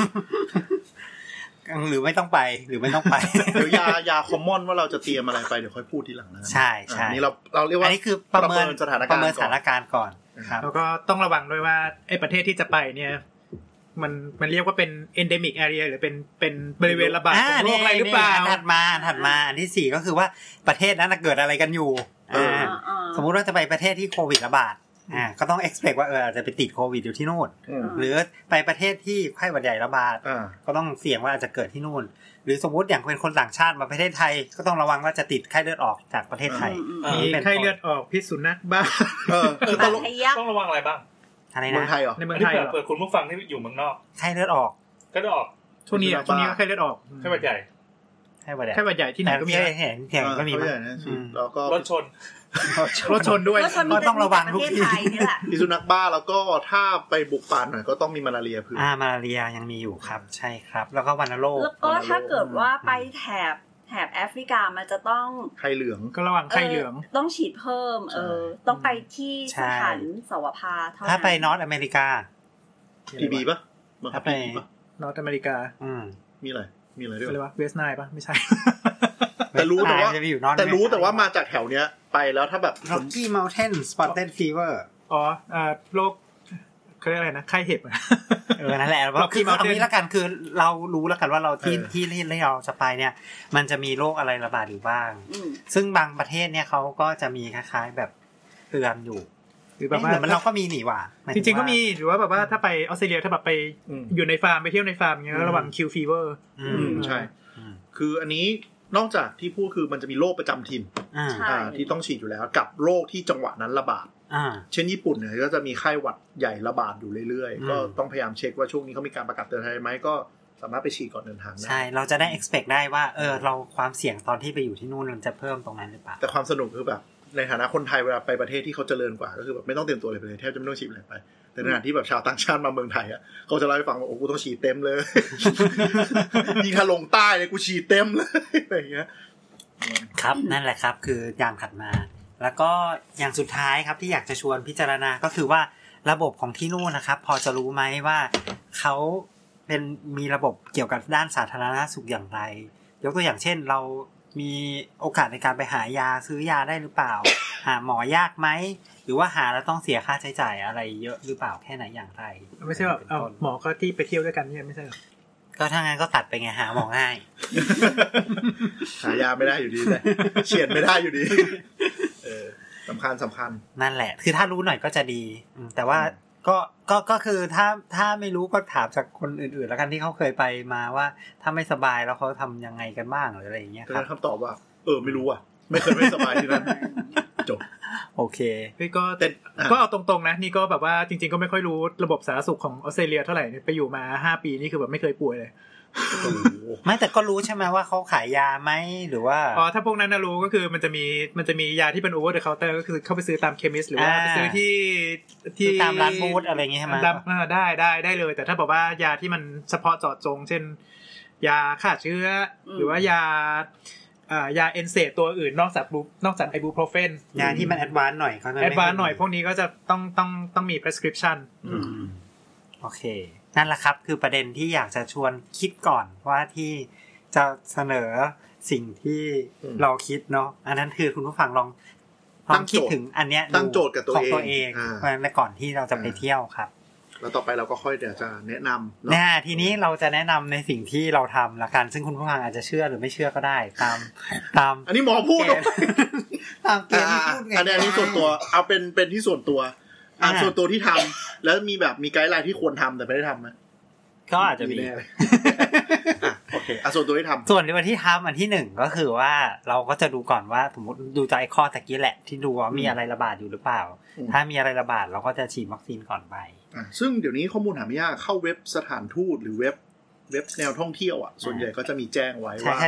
หรือไม่ต้องไปหรือไม่ต้องไปเดี๋ยวยายาคอมมอนว่าเราจะเตรียมอะไรไปเดี๋ยวค่อยพูดทีหลังนะใช่ใช่นี่เราเราเรียกว่าอันนี้คือประเมินสถานการณ์ประเมินสถานการณ์ก่อนครับแล้วก็ต้องระวังด้วยว่าไอ้ประเทศที่จะไปเนี่ยมันมันเรียกว่าเป็น endemic area หรือเป็นเป็นบริเวณระบาดของโรคอะไรหรือเปล่าถัดมาถัดมาอันที่สี่ก็คือว่าประเทศนั้นเกิดอะไรกันอยู่สมมุติว่าจะไปประเทศที่โควิดระบาดอ่าก็ต้อง expect ว่าเอออาจจะไปติดโควิดอยู่ที่นู่นหรือไปประเทศที่ไข้หวัดใหญ่ระบาดก็ต้องเสี่ยงว่าอาจจะเกิดที่นู่นหรือสมมุติอย่างเป็นคนต่างชาติมาประเทศไทยก็ต้องระวังว่าจะติดไข้เลือดออกจากประเทศไทยมีไข้เลือดออกพิษสุนัขบ้าเออคือต้องต้องระวังอะไรบ้างอะไรนะเมืองไทยเหรอในเมืองไทยเปิดคุณผู้ฟังที่อยู่เมืองนอกไข้เลือดออกไข้เลือดออกช่วงนี้ช่วงนี้ไข้เลือดออกไข้หวัดใหญ่ไข้หวัดใหญ่ไข้หวัดใหญ่ที่ไหนก็มีเห็นเห็นก็มีมั้ยแล้วก็รถชนรถชนด้วยก็ต้องระวังทุกทีมีสุนัขบ้าแล้วก็ถ้าไปบุกป่าหน่อยก็ต้องมีมาลาเรียเผื่ออ่ามาลาเรียยังมีอยู่ครับใช่ครับแล้วก็วัณโรคแล้วก็ถ้าเกิดว่าไปแถบแถบแอฟริกามันจะต้องไข้เหลืองก็ระวังไข้เหลืองต้องฉีดเพิ่มเออต้องไปที่สถานสวภาเท่านั้นถ้าไปนอร์ทอเมริกาพี บี ป่ะถ้าไปนอร์ทอเมริกาอืมมีอะไรมีอะไรด้วยอะไรวะเวสต์ไนล์ป่ะไม่ใช่แต่รู้แต่ว่าแต่รู้แต่ว่ามาจากแถวเนี้ยไปแล้วถ้าแบบ Rocky Mountain Spotted Fever อ๋ออ่าโรคเขาเรียกอะไรนะไข้เห็บเออนั่นแหละเพราะคือเอางี้ละกันคือเรารู้แล้วกันว่าเราที่ที่ที่เราจะไปเนี่ยมันจะมีโรคอะไรระบาดอยู่บ้างซึ่งบางประเทศเนี่ยเขาก็จะมีคล้ายๆแบบเตือนอยู่หรือแบบว่ามันเราก็มีหนีว่ะจริงๆก็มีหรือว่าแบบว่าถ้าไปออสเตรเลียถ้าแบบไปอยู่ในฟาร์มไปเที่ยวในฟาร์มเงี้ยระวังคิวฟีเวอร์อืมใช่คืออันนี้นอกจากที่พูดคือมันจะมีโรคประจำถิ่นอ่าที่ต้องฉีดอยู่แล้วกับโรคที่จังหวะนั้นระบาดเช่นญี่ปุ่นเนี่ยก็จะมีไข้หวัดใหญ่ระบาดอยู่เรื่อยๆก็ต้องพยายามเช็คว่าช่วงนี้เขามีการประกาศเตือนอะไรไหมก็สามารถไปฉีดก่อนเดินทางได้ใช่เราจะได้ expect ได้ว่าเออเราความเสี่ยงตอนที่ไปอยู่ที่นู่นมันจะเพิ่มตรงนั้นหรือเปล่าแต่ความสนุกคือแบบในฐานะคนไทยเวลาไปประเทศที่เขาเจริญกว่าก็คือแบบไม่ต้องเตรียมตัวอะไรไปเลยแทบจะไม่ต้องฉีดอะไรไปแต่ในขณะที่แบบชาวต่างชาติมาเมืองไทยอ่ะเขาจะเล่าให้ฟังว่าโอ้กูต้องฉีดเต็มเลยยิ่งถ้าลงใต้เลยกูฉีดเต็มเลยอะไรอย่างเงี้ยครับนั่นแหละครับคืออย่างถัดมาแล้วก็อย่างสุดท้ายครับที่อยากจะชวนพิจารณาก็คือว่าระบบของที่นู่นนะครับพอจะรู้ไหมว่าเขาเป็นมีระบบเกี่ยวกับด้านสาธารณสุขอย่างไรยกตัวอย่างเช่นเรามีโอกาสในการไปหายาซื้อยาได้หรือเปล่าหาหมอยากไหมหรือว่าหาแล้วต้องเสียค่าใช้จ่ายอะไรเยอะหรือเปล่าแค่ไหนอย่างไรไม่ใช่แบบเอาหมอก็ที่ไปเที่ยวด้วยกันเนี่ยไม่ใช่หรอก็ถ้างั้นก็ตัดไปไงหาหมอง่ายหายาไม่ได้อยู่ดีเลยเฉียดไม่ได้อยู่ดีเออสำคัญสำคัญนั่นแหละคือถ้ารู้หน่อยก็จะดีแต่ว่าก็ก็ก็คือถ้าถ้าไม่รู้ก็ถามจากคนอื่นๆแล้วกันที่เขาเคยไปมาว่าถ้าไม่สบายแล้วเขาทำยังไงกันบ้างหรืออะไรอย่างเงี้ยครับคำตอบว่าเออไม่รู้อ่ะไม่เคยไม่สบายที่นั่นจบโอเคพี่ก็ก็เอาตรงๆนะนี่ก็แบบว่าจริงๆก็ไม่ค่อยรู้ระบบสาธารณสุขของออสเตรเลียเท่าไหร่ไปอยู่มาห้าปีนี่คือแบบไม่เคยป่วยเลยไม่แต่ก็รู้ใช่ไหมว่าเขาขายยาไหมหรือว่าอ๋อถ้าพวกนั้นนะรู้ก็คือมันจะมีมันจะมียาที่เป็น over the counter ก็คือเข้าไปซื้อตามเคมิสหรือว่าไปซื้อที่ที่ตามร้านบูธอะไรอย่างเงี้ยใช่ไหมได้ได้ได้เลยแต่ถ้าบอกว่ายาที่มันเฉพาะเจาะจงเช่นยาฆ่าเชื้อหรือว่ายาอ่ายาเอนเซดตัวอื่นนอกจากนอกจากไอบูโพรเฟนยาที่มันแอดวานซ์หน่อยเขาจะแอดวานซ์หน่อยพวกนี้ก็จะต้องต้องต้องมี prescription อืมโอเคนั่นแหละครับคือประเด็นที่อยากจะชวนคิดก่อนว่าที่จะเสนอสิ่งที่เราคิดเนาะอันนั้นคือคุณผู้ฟังลองลองคิดถึงอันเนี้ยตั้งโจทย์กับตัวเองในก่อนที่เราจะไปเที่ยวครับแล้วต่อไปเราก็ค่อยเดี๋ยวจะแนะนำเนี่ยทีนี้เราจะแนะนำในสิ่งที่เราทำละกันซึ่งคุณผู้ฟังอาจจะเชื่อหรือไม่เชื่อก็ได้ตามตามอันนี้หมอพูดตามเกณฑ์ที่พูดไงอันนี้ส่วนตัวเอาเป็นเป็นที่ส่วนตัวอ่าส่วนตัวที่ทำแล้วมีแบบมีไกด์ไลน์ที่ควรทำแต่ไม่ได้ทำไหมก็อาจจะมีโอเคอ่ะส่วนตัวที่ทำส่วนที่ทำอันที่หนึ่งก็คือว่าเราก็จะดูก่อนว่าสมมติดูจากไอ้ข้อตะกี้แหละที่ดูว่ามีอะไรระบาดอยู่หรือเปล่าถ้ามีอะไรระบาดเราก็จะฉีดวัคซีนก่อนไปซึ่งเดี๋ยวนี้ข้อมูลหาไม่ยากเข้าเว็บสถานทูตหรือเว็บเว็บแนวท่องเที่ยวอ่ะส่วนใหญ่ก็จะมีแจ้งไว้ว่า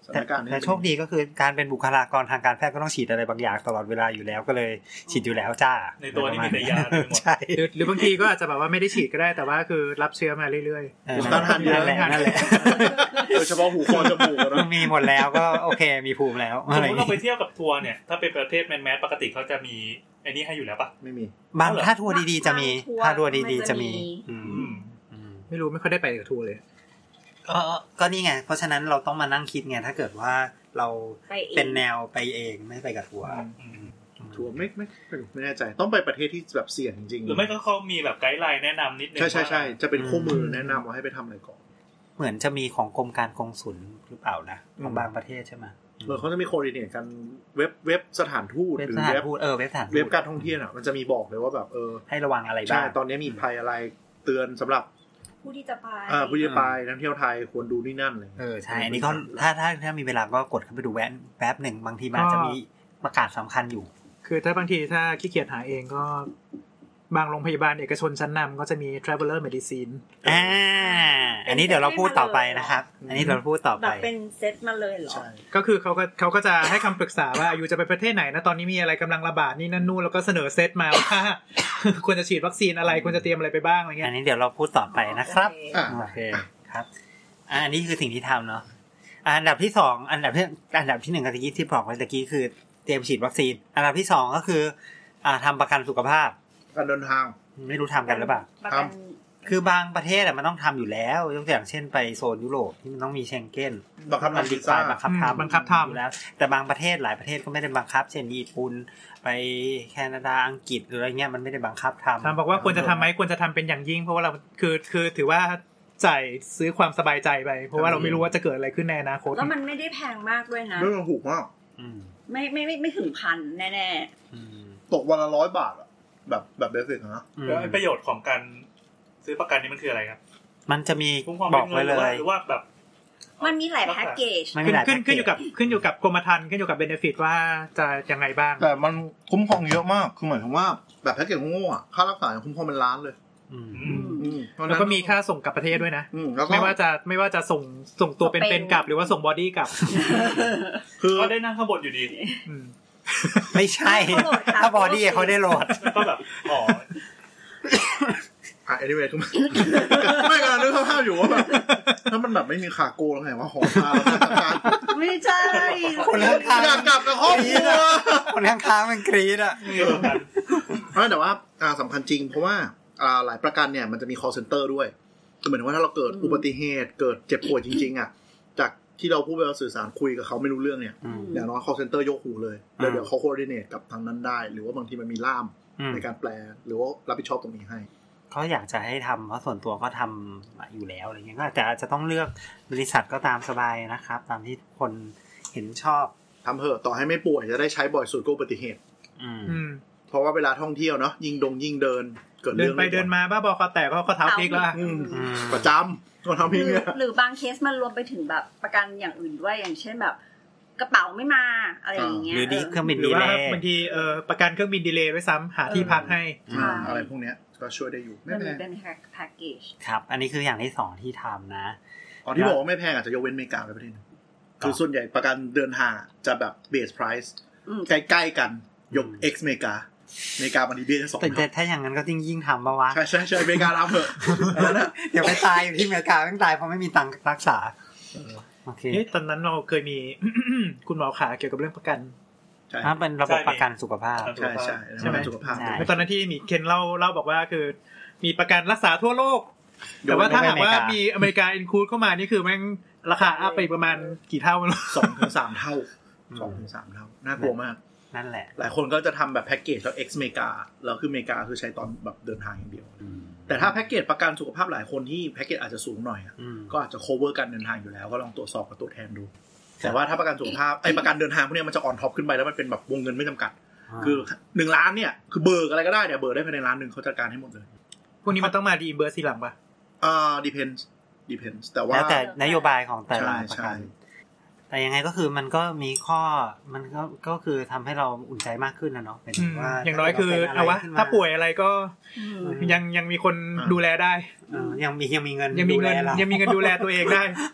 แต่โชคดีก็คือการเป็นบุคลากรทางการแพทย์ก็ต้องฉีดอะไรบางอย่างตลอดเวลาอยู่แล้วก็เลยฉีดอยู่แล้วจ้าในตัวนี้มีแต่ยาใช่หรือบางทีก็อาจจะแบบว่าไม่ได้ฉีดก็ได้แต่ว่าคือรับเชื้อมาเรื่อยๆต้านทานเยอะนั่นแหละโดยเฉพาะหูคอจมูกนะมีหมดแล้วก็โอเคมีภูมิแล้วสมมติเราไปเที่ยวกับทัวร์เนี่ยถ้าเป็นประเทศแมสๆปกติเขาจะมีอันนี้ให้อยู่แล้วปะไม่มีบางถ้าทัวร์ดีๆจะมีถ้าทัวร์ดีๆจะมีไม่รู้ไม่ค่อยได้ไปกับทัวร์เลยก็ก็นี่ไงเพราะฉะนั้นเราต้องมานั่งคิดไงถ้าเกิดว่าเราเป็นแนวไปเองไม่ไปกับทัวร์ทัวร์ไม่ไม่ไม่แน่ใจต้องไปประเทศที่แบบเสี่ยงจริงๆหรือไม่ก็เขามีแบบไกด์ไลน์แนะนำนิดนึงใช่ใช่ใช่จะเป็นคู่มือแนะนำว่าให้ไปทำอะไรก่อนเหมือนจะมีของกรมการกงสุลหรือเปล่านะของบางประเทศใช่ไหมเออเขาจะมีโคดิเนตกันเว็บเว็บสถานทูตหรือเว็บเออเว็บสถานเว็บการท่องเที่ยวอ่ะมันจะมีบอกเลยว่าแบบเออให้ระวังอะไรบ้างใช่ตอนนี้มีภัยอะไรเตือนสำหรับผู้ที่จะไปอ่าผู้ที่จะไปนักเที่ยวไทยควรดูนี่นั่นเลยเออใช่อันนี้เขาถ้าถ้าถ้ามีเวลาก็กดเข้าไปดูแวบแป๊บหนึ่งบางทีมันจะมีประกาศสำคัญอยู่คือถ้าบางทีถ้าขี้เกียจหาเองก็บางโรงพยาบาลเอกชนชั้นนำก็จะมี traveler medicine อ่าอันนี้เดี๋ยวเราพูดต่อไปนะครับอันนี้เราพูดต่อไปแบบเป็นเซตมาเลยเหรอก็คือเขาก็เขาก็จะให้คำปรึกษาว่าอายุจะไปประเทศไหนนะตอนนี้มีอะไรกำลังระบาดนี่นั่นนู่นแล้วก็เสนอเซตมาว่าควรจะฉีดวัคซีนอะไรควรจะเตรียมอะไรไปบ้างอะไรเงี้ยอันนี้เดี๋ยวเราพูดต่อไปนะครับโอเคครับอันนี้คือสิ่งที่ทำเนาะอันดับที่สองอันดับที่อันดับที่หนึ่งกับที่ที่บอกไว้ตะกี้คือเตรียมฉีดวัคซีนอันดับที่สองก็คืออ่าทำประกันสุขภาพการเดินทางไม่รู้ทำกันหรือเปล่าคือบางประเทศอะมันต้องทำอยู่แล้วยกตัวอย่างเช่นไปโซนยุโรปที่มันต้องมีเชงเก้นบังคับทำวีซ่าบังคับทำบังคับทำอยู่แล้วแต่บางประเทศหลายประเทศก็ไม่ได้บังคับเช่นญี่ปุ่นไปแคนาดาอังกฤษหรืออะไรเงี้ยมันไม่ได้บังคับทำทำบอกว่าควรจะทำไหมควรจะทำเป็นอย่างยิ่งเพราะว่าเราคือคือถือว่าจ่ายซื้อความสบายใจไปเพราะว่าเราไม่รู้ว่าจะเกิดอะไรขึ้นในอนาคตแล้วมันไม่ได้แพงมากด้วยนะไม่ถูกมากไม่ไม่ไม่ไม่ถึงพันแน่ๆตกวันละร้อยบาทอะแบบแบบเบสิกนะแล้วประโยชน์ของการซื้อประกันนี้มันคืออะไรครับมันจะมีบอกไว้เลยหรือว่าแบบมันมีหลายแพ็คเกจขึ้นขึ้นขึ้นอยู่กับขึ้นอยู่กับกรมธรรม์ขึ้นอยู่กับเบเนฟิตว่าจะยังไงบ้างแต่มันคุ้มครองเยอะมากคือหมายถึงว่าแบบแพ็คเกจโง่ๆค่ารักษาคุ้มครองเป็นล้านเลยแล้วก็มีค่าส่งกลับประเทศด้วยนะไม่ว่าจะไม่ว่าจะส่งส่งตัวเป็นๆกลับหรือว่าส่งบอดี้กลับคือก็ได้นั่งข้างบนอยู่ดีไม่ใช่ถ้าบอดี้เขาได้โหลดก็แบบอ๋ออ่ะ anyway คือไม่กำลังนึกภาพอยู่ว่าแบบถ้ามันแบบไม่มีคาโก้แล้วไงว่าหอพาแล้วการไม่ใช่คนข้างๆอยากกลับกับครอบครัวคนข้างๆมันกรี๊ดอ่ะแต่ว่าอ่าสำคัญจริงเพราะว่าอ่าหลายประกันเนี่ยมันจะมี call center ด้วยคือเหมือนว่าถ้าเราเกิดอุบัติเหตุเกิดเจ็บป่วยจริงๆอ่ะจากที่เราพูดไปเราสื่อสารคุยกับเขาไม่รู้เรื่องเนี่ยอย่างน้อย call center ยกหูเลยเดี๋ยวเดี๋ยวเขา coordinate กับทางนั้นได้หรือว่าบางทีมันมีล่ามในการแปลหรือว่ารับผิดชอบตรงนี้ให้เขาอยากจะให้ทำเพราะส่วนตัวก็ทำอยู่แล้วอะไรเงี้ยก็อาจจะจะต้องเลือกบริษัทก็ตามสบายนะครับตามที่คนเห็นชอบทำเถอะต่อให้ไม่ป่วยจะได้ใช้บ่อยสุดก็อุบัติเหตุเพราะว่าเวลาท่องเที่ยวเนาะยิ่งดงยิ่งเดินเกิดเรื่องเดินไปเดินมาบ้าบอคอแตกก็ข้อเท้าพลิกแล้วประจำก็ทำพลิกเนี่ยหรือบางเคสมันรวมไปถึงแบบประกันอย่างอื่นด้วยอย่างเช่นแบบกระเป๋าไม่มาอะไรอย่างเงี้ยหรือดีเครื่องบินดีเลย์บางทีเออประกันเครื่องบินดีเลย์ไว้ซ้ำหาที่พักให้อะไรพวกเนี้ยก็ช่วยได้อยู่ไม่แพงเป็นแพ็คเกจครับอันนี้คืออย่างที่สองที่ทำนะอ๋อที่บอกว่าไม่แพงอาจจะยกเว้นอเมริกาไปประเทศนึงคือส่วนใหญ่ประกันเดินทางจะแบบเบสไพรซ์ใกล้ๆกันยก X อเมริกาอเมริกามันดีเบี้ยสองแต่ถ้าอย่างนั้นก็ยิ่งยิ่งทำปะวะใช่ใช่ใช่อเมริกาทำเถอะเดี๋ยวไปตายอยู่ที่อเมริกาต้องตายเพราะไม่มีตังค์รักษาโอเคตอนนั้นเราเคยมี คุณหมอขาเกี่ยวกับเรื่องประกันใช่เป็นระบบประกันสุขภาพใช่ใช่ใช่ไหมสุขภาพตอนนั้นที่มีเคนเล่าเล่าบอกว่าคือมีประกันรักษาทั่วโลกแต่ว่าถ้าหากว่ามีอเมริกาอินคลูดเข้ามานี่คือแม่งราคาอัพไปประมาณกี่เท่าไม่รู้สองถึงสามเท่าสองถึงสามเท่าน่ากลัวมากนั่นแหละหลายคนก็จะทำแบบแพ็กเกจแล้ว X อเมริกาแล้วคืออเมริกาคือใช้ตอนแบบเดินทางอย่างเดียวแต่ถ้าแพ็กเกจประกันสุขภาพหลายคนที่แพ็กเกจอาจจะสูงหน่อยก็อาจจะ cover การเดินทางอยู่แล้วก็ลองตรวจสอบกับตัวแทนดูแต่ว่าถ้าประกันสุขภาพไอ้ประกันเดินทางพวกนี้มันจะออนท็อปขึ้นไปแล้วมันเป็นแบบวงเงินไม่จำกัดคือหนึ่งล้านเนี่ยคือเบิกอะไรก็ได้เนี่ยเบิกได้ภายในล้านนึงเขาจัดการให้หมดเลยพวกนี้มันต้องมาดีเบอร์ทีหลังป่ะอ่า depends depends แต่ว่าแล้วแต่นโยบายของแต่ละประกันแต่ยังไงก็คือมันก็มีข้อมันก็ก็คือทำให้เราอุ่นใจมากขึ้นนะเนาะเป็นว่าอย่างน้อยคือเอาวะถ้าป่วยอะไรก็ยังยังมีคนดูแลได้ยังมียังมีเงินยังมีเงินยังมีเงินดูแลตัวเองได้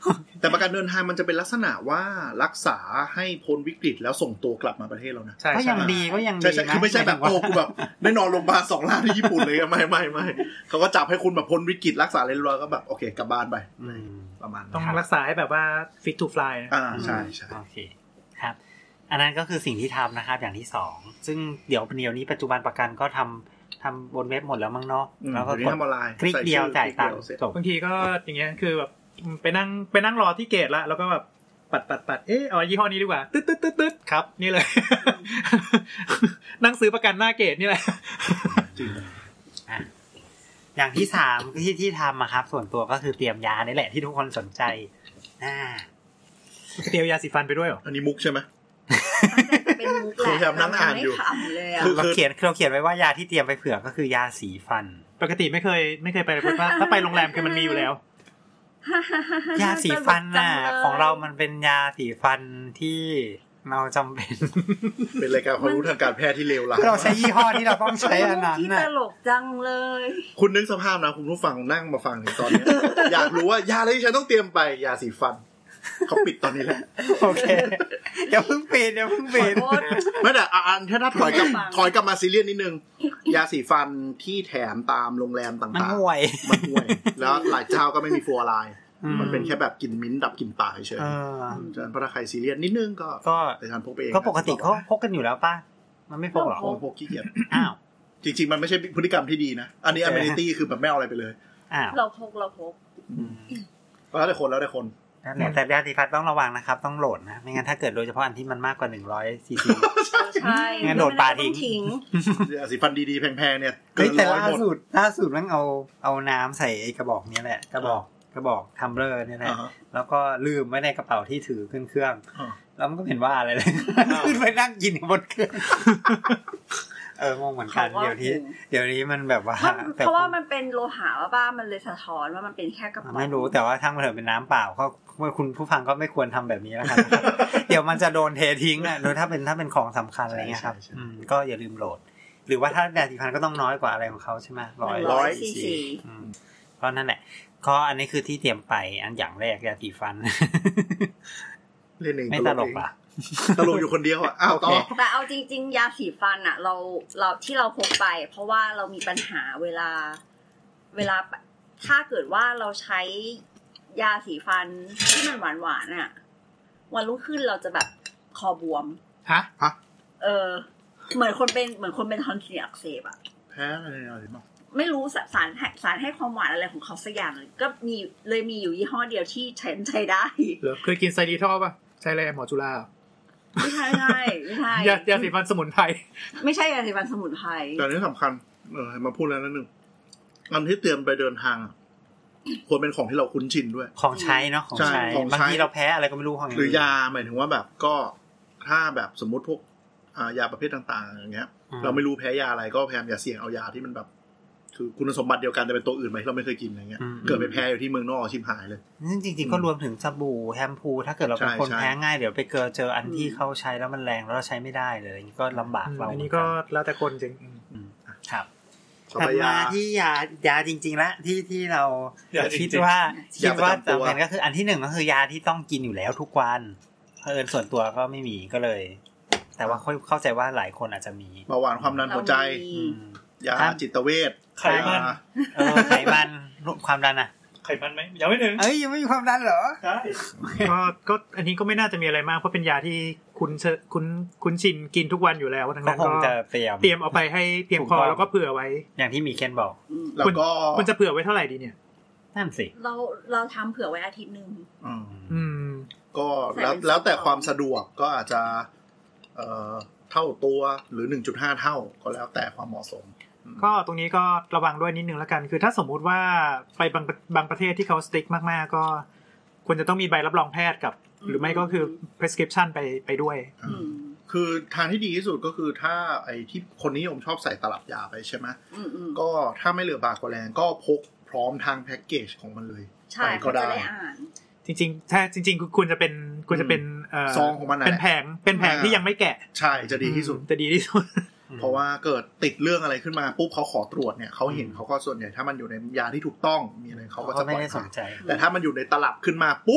แต่ประกันเดินทางมันจะเป็นลักษณะว่ารักษาให้พ้นวิกฤตแล้วส่งตัวกลับมาประเทศเรานะก็ยังดีก็ยังดีนะคือไม่ใช่แบบโอ้กูแบบได้นอนโรงพยาบาลสองล้านที่ญี่ปุ่นเลยไม่ไม่ไม่เขาก็จับให้คุณแบบพ้นวิกฤตรักษาเรียบร้อยก็แบบโอเคกลับบ้านไปประมาณต้องรักษาให้แบบว่า fit to fly อ่าใช่ใช่โอเคครับอันนั้นก็คือสิ่งที่ทำนะครับอย่างที่สองซึ่งเดี๋ยวเดี๋ยวนี้ปัจจุบันประกันก็ทำทำบนเว็บหมดแล้วมั้งเนาะแล้วก็กดคลิกเดียวจ่ายตังค์จบบางทีก็อย่างเงี้ยคือแบบไปนั่งไปนั่งรอที่เกตแล้วแล้วก็แบบปัดปัดปัดเออเอายี่ห้อนี้ดีกว่าตึ๊ดตึ๊ดตึ๊ดตึ๊ดครับนี่เลย นั่งซื้อประกันหน้าเกตนี่แหละจริงอ่ะอย่างที่สามที่ที่ทำอะครับส่วนตัวก็คือเตรียมยานี่แหละที่ทุกคนสนใจอ่าเตรียมยาสีฟันไปด้วยเหรออันนี้มุกใช่ไหมเป็นมุกแหละนั่งอ่านอยู่คือเราเขียนเราเขียนไว้ว่ายาที่เตรียมไปเผื่อก็คือยาสีฟันปกติไม่เคยไม่เคยไปเลยเพราะว่าถ้าไปโรงแรมคือมันมีอยู่แล้วยาสีฟันน่ะของเรามันเป็นยาสีฟันที่เราจำเป็นเป็นรายการความรู้ทางการแพทย์ที่เลวร้ายเราใช้ยี่ห้อที่เราต้องใช้อันนั้นน่ะตลกจังเลยคุณนึกสภาพนะคุณผู้ฟังนั่งมาฟังตอนนี้อยากรู้ว่ายาอะไรที่ฉันต้องเตรียมไปยาสีฟันเขาปิดตอนนี้แหละโอเคอย่าเพิ่งปิดอย่าเพิ่งปิดไม่แต่อันถ้าถอยกลับถอยกลับมาซีเรียสนิดนึงยาสีฟันที่แถมตามโรงแรมต่างๆมันห่วยมันห่วยแล้วหลายเจ้าก็ไม่มีฟลูออไรด์มันเป็นแค่แบบกลิ่นมิ้นท์ดับกลิ่นปากเฉยๆฉะนั้นถ้าใครซีเรียสนิดนึงก็ก็ไปทานพกไปเองก็ปกติเขาพกกันอยู่แล้วป่ะมันไม่พกหรอพกขี้เกียจอ้าวจริงๆมันไม่ใช่พฤติกรรมที่ดีนะอันนี้ amenity คือแบบไม่เอาอะไรไปเลยอ้าวเราพกเราพกแล้วแต่คนแล้วแต่คนแต่ยาสีฟันต้องระวังนะครับต้องโหลดนะไม่งั้นถ้าเกิดโดยเฉพาะอันที่มันมากกว่าหนึ่งร้อยซีซีใช่งั้นโดนปลาทิ้งยาสีฟันดีๆแพงๆเนี่ยเกินร้อยหมดล่าสุดล่าสุดมันเอาเอาน้ำใส่ไอ้กระบอกนี้แหละกระบอกกระบอกทัมเบอร์เนี่ยแหละแล้วก็ลืมไว้ในกระเป๋าที่ถือขึ้นเครื่องแล้วมันก็เห็นว่าอะไรเลยขึ้นไปนั่งกินบนเครื่องเอองงเหมือนกันเดี๋ยวนี้เดี๋ยวนี้มันแบบว่าเพราะว่ามันเป็นโลหะว่าบ้ามันเลยสะท้อนว่ามันเป็นแค่กระป๋องไม่รู้แต่ว่าทั้งมันเถอะเป็นน้ำเปล่าเขาคุณผู้ฟังก็ไม่ควรทำแบบนี้แล้วกันเดี๋ยวมันจะโดนเททิ้งอ่ะโดยถ้าเป็นถ้าเป็นของสำคัญอะไรเงี้ยครับก็อย่าลืมโหลดหรือว่าถ้ายาสีฟันก็ต้องน้อยกว่าอะไรของเขาใช่ไหมร้อยร้อยซีซีเพราะนั่นแหละก็อันนี้คือที่เตรียมไปอันอย่างแรกยาสีฟันเล่นเองไม่ตลกอ่ะตลกอยู่คนเดียวอ่ะอ้าวต่อแต่เอาจริงๆยาสีฟันอ่ะเราเราที่เราพกไปเพราะว่าเรามีปัญหาเวลาเวลาถ้าเกิดว่าเราใช้ยาสีฟันที่มันหวานๆอ่ะวันรุ่งขึ้นเราจะแบบคอบวมฮะฮะเออเหมือนคนเป็นเหมือนคนเป็นทอนซิลอักเสบอ่ะแพ้อะไรอะไรบ้างไม่รู้สารสารให้ความหวานอะไรของเขาสักอย่างเลยก็มีเลยมีอยู่ยี่ห้อเดียวที่ใช้ใช้ได้เหรอเคยกินไซริทอลป่ะใช่เลยหมอจุฬาไม่ใช่ใช่ไม่ใช่ยายาสีฟันสมุนไพรไม่ใช่ยาสีฟันสมุนไพรแต่นี้สำคัญเออมาพูดแล้วนิดนึงอันที่เตรียมไปเดินทางควรเป็นของที่เราคุ้นชินด้วยของใช้เนาะของใช้บางทีเราแพ้อะไรก็ไม่รู้ของหรือยาหมายถึงว่าแบบก็ถ้าแบบสมมุติพวกยาประเภทต่างๆอย่างเงี้ยเราไม่รู้แพ้ยาอะไรก็พยายามอย่าเสี่ยงเอายาที่มันแบบคือคุณสมบัติเดียวกันแต่เป็นตัวอื่นไหมเราไม่เคยกินอะไรเงี้ยเกิดไปแพ้อยู่ที่เมืองนอกชิมหายเลยจริงๆก็รวมถึงสบู่แชมพูถ้าเกิดเราเป็นคนแพ้ง่ายเดี๋ยวไปเจอเจออันที่เขาใช้แล้วมันแรงแล้วเราใช้ไม่ได้เลยก็ลำบากเราอันนี้ก็แล้วแต่คนจริงครับถัดมาที่ยายาจริงๆแล้วที่ที่เราคิดว่าคิดว่าจำเป็นก็คืออันที่หนึ่งก็คือยาที่ต้องกินอยู่แล้วทุกวันเผอิญส่วนตัวก็ไม่มีก็เลยแต่ว่าเข้าใจว่าหลายคนอาจจะมีเบาหวานความดันหัวใจยาจิตเวชไขมันเออไขมันความดันอ่ะไขมันไหมยังไม่ถึงเอ้ยยังไม่มีความดันเหรอใช่ก็ก็อันนี้ก็ไม่น่าจะมีอะไรมากเพราะเป็นยาที่คุณคุณคุณชินกินทุกวันอยู่แล้วทั้งนั้นก็เตรียมเตรียมเอาไปให้เพียงพอแล้วก็เผื่อไว้อย่างที่มีเคนบอกแล้วก็คุณจะเผื่อไว้เท่าไหร่ดีเนี่ยนั่นสิเราเราทำเผื่อไว้อาทิตย์นึงอืมก็แล้วแล้วแต่ความสะดวกก็อาจจะเอ่อเท่าตัวหรือ หนึ่งจุดห้า เท่าก็แล้วแต่ความเหมาะสมก็ตรงนี้ก็ระวังด้วยนิดนึงแล้วกันคือถ้าสมมุติว่าไปบางบางประเทศที่เขาสติ๊กมากๆก็ควรจะต้องมีใบรับรองแพทย์กับหรือไม่ก็คือ prescription ไปไปด้วยคือทางที่ดีที่สุดก็คือถ้าไอ้ที่คนนิยมชอบใส่ตลับยาไปใช่ไหมก็ถ้าไม่เหลือบากกว่าแรงก็พกพร้อมทางแพ็กเกจของมันเลยใช่ก็ได้อ่านจริงๆถ้าจริงๆคุณจะเป็นคุณจะเป็นซองของมันเป็นแผงเป็นแผงที่ยังไม่แกะใช่จะดีที่สุดจะดีที่สุดเพราะว่าเกิดติดเรื่องอะไรขึ้นมาปุ๊บเขาขอตรวจเนี่ยเขาเห็นเขาก็ส่วนใหญ่ถ้ามันอยู่ในยาที่ถูกต้องมีอะไรเขาก็จะไม่ได้สนใจแต่ถ้ามันอยู่ในตลับขึ้นมาปุ๊บ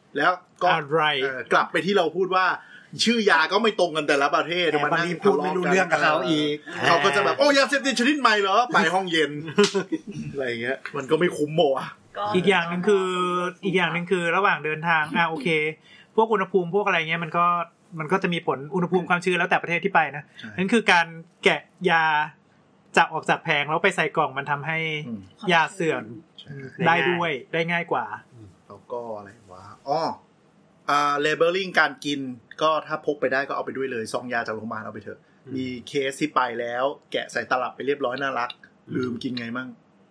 แล้วก็กลับไปที่เราพูดว่าชื่อยาก็ไม่ตรงกันแต่ละประเทศมันนั่งพูดไม่รู้เรื่องกับเขาอีกเขาก็จะแบบโอ้ยาเสพติดชนิดใหม่เหรอไปห้องเย็นอะไรเงี้ยมันก็ไม่คุ้มโมอ่ะอีกอย่างนึงคืออีกอย่างนึงคือระหว่างเดินทางอ่ะโอเคพวกอุณหภูมิพวกอะไรเงี้ยมันก็มันก็จะมีผลอุณหภูมิความชื้นแล้วแต่ประเทศที่ไปนะนั่นคือการแกะยาจับออกจากแผงแล้วไปใส่กล่องมันทำให้ยาเสื่อมได้ด้วยได้ง่ายกว่าแล้วก็อะไรวะอ๋ออ่าเลเบลลิ่งการกินก็ถ้าพกไปได้ก็เอาไปด้วยเลยซองยาจากโรงพยาบาลเอาไปเถอะมีเคสที่ไปแล้วแกะใส่ตลับไปเรียบร้อยน่ารักลืมกินไงมั่ง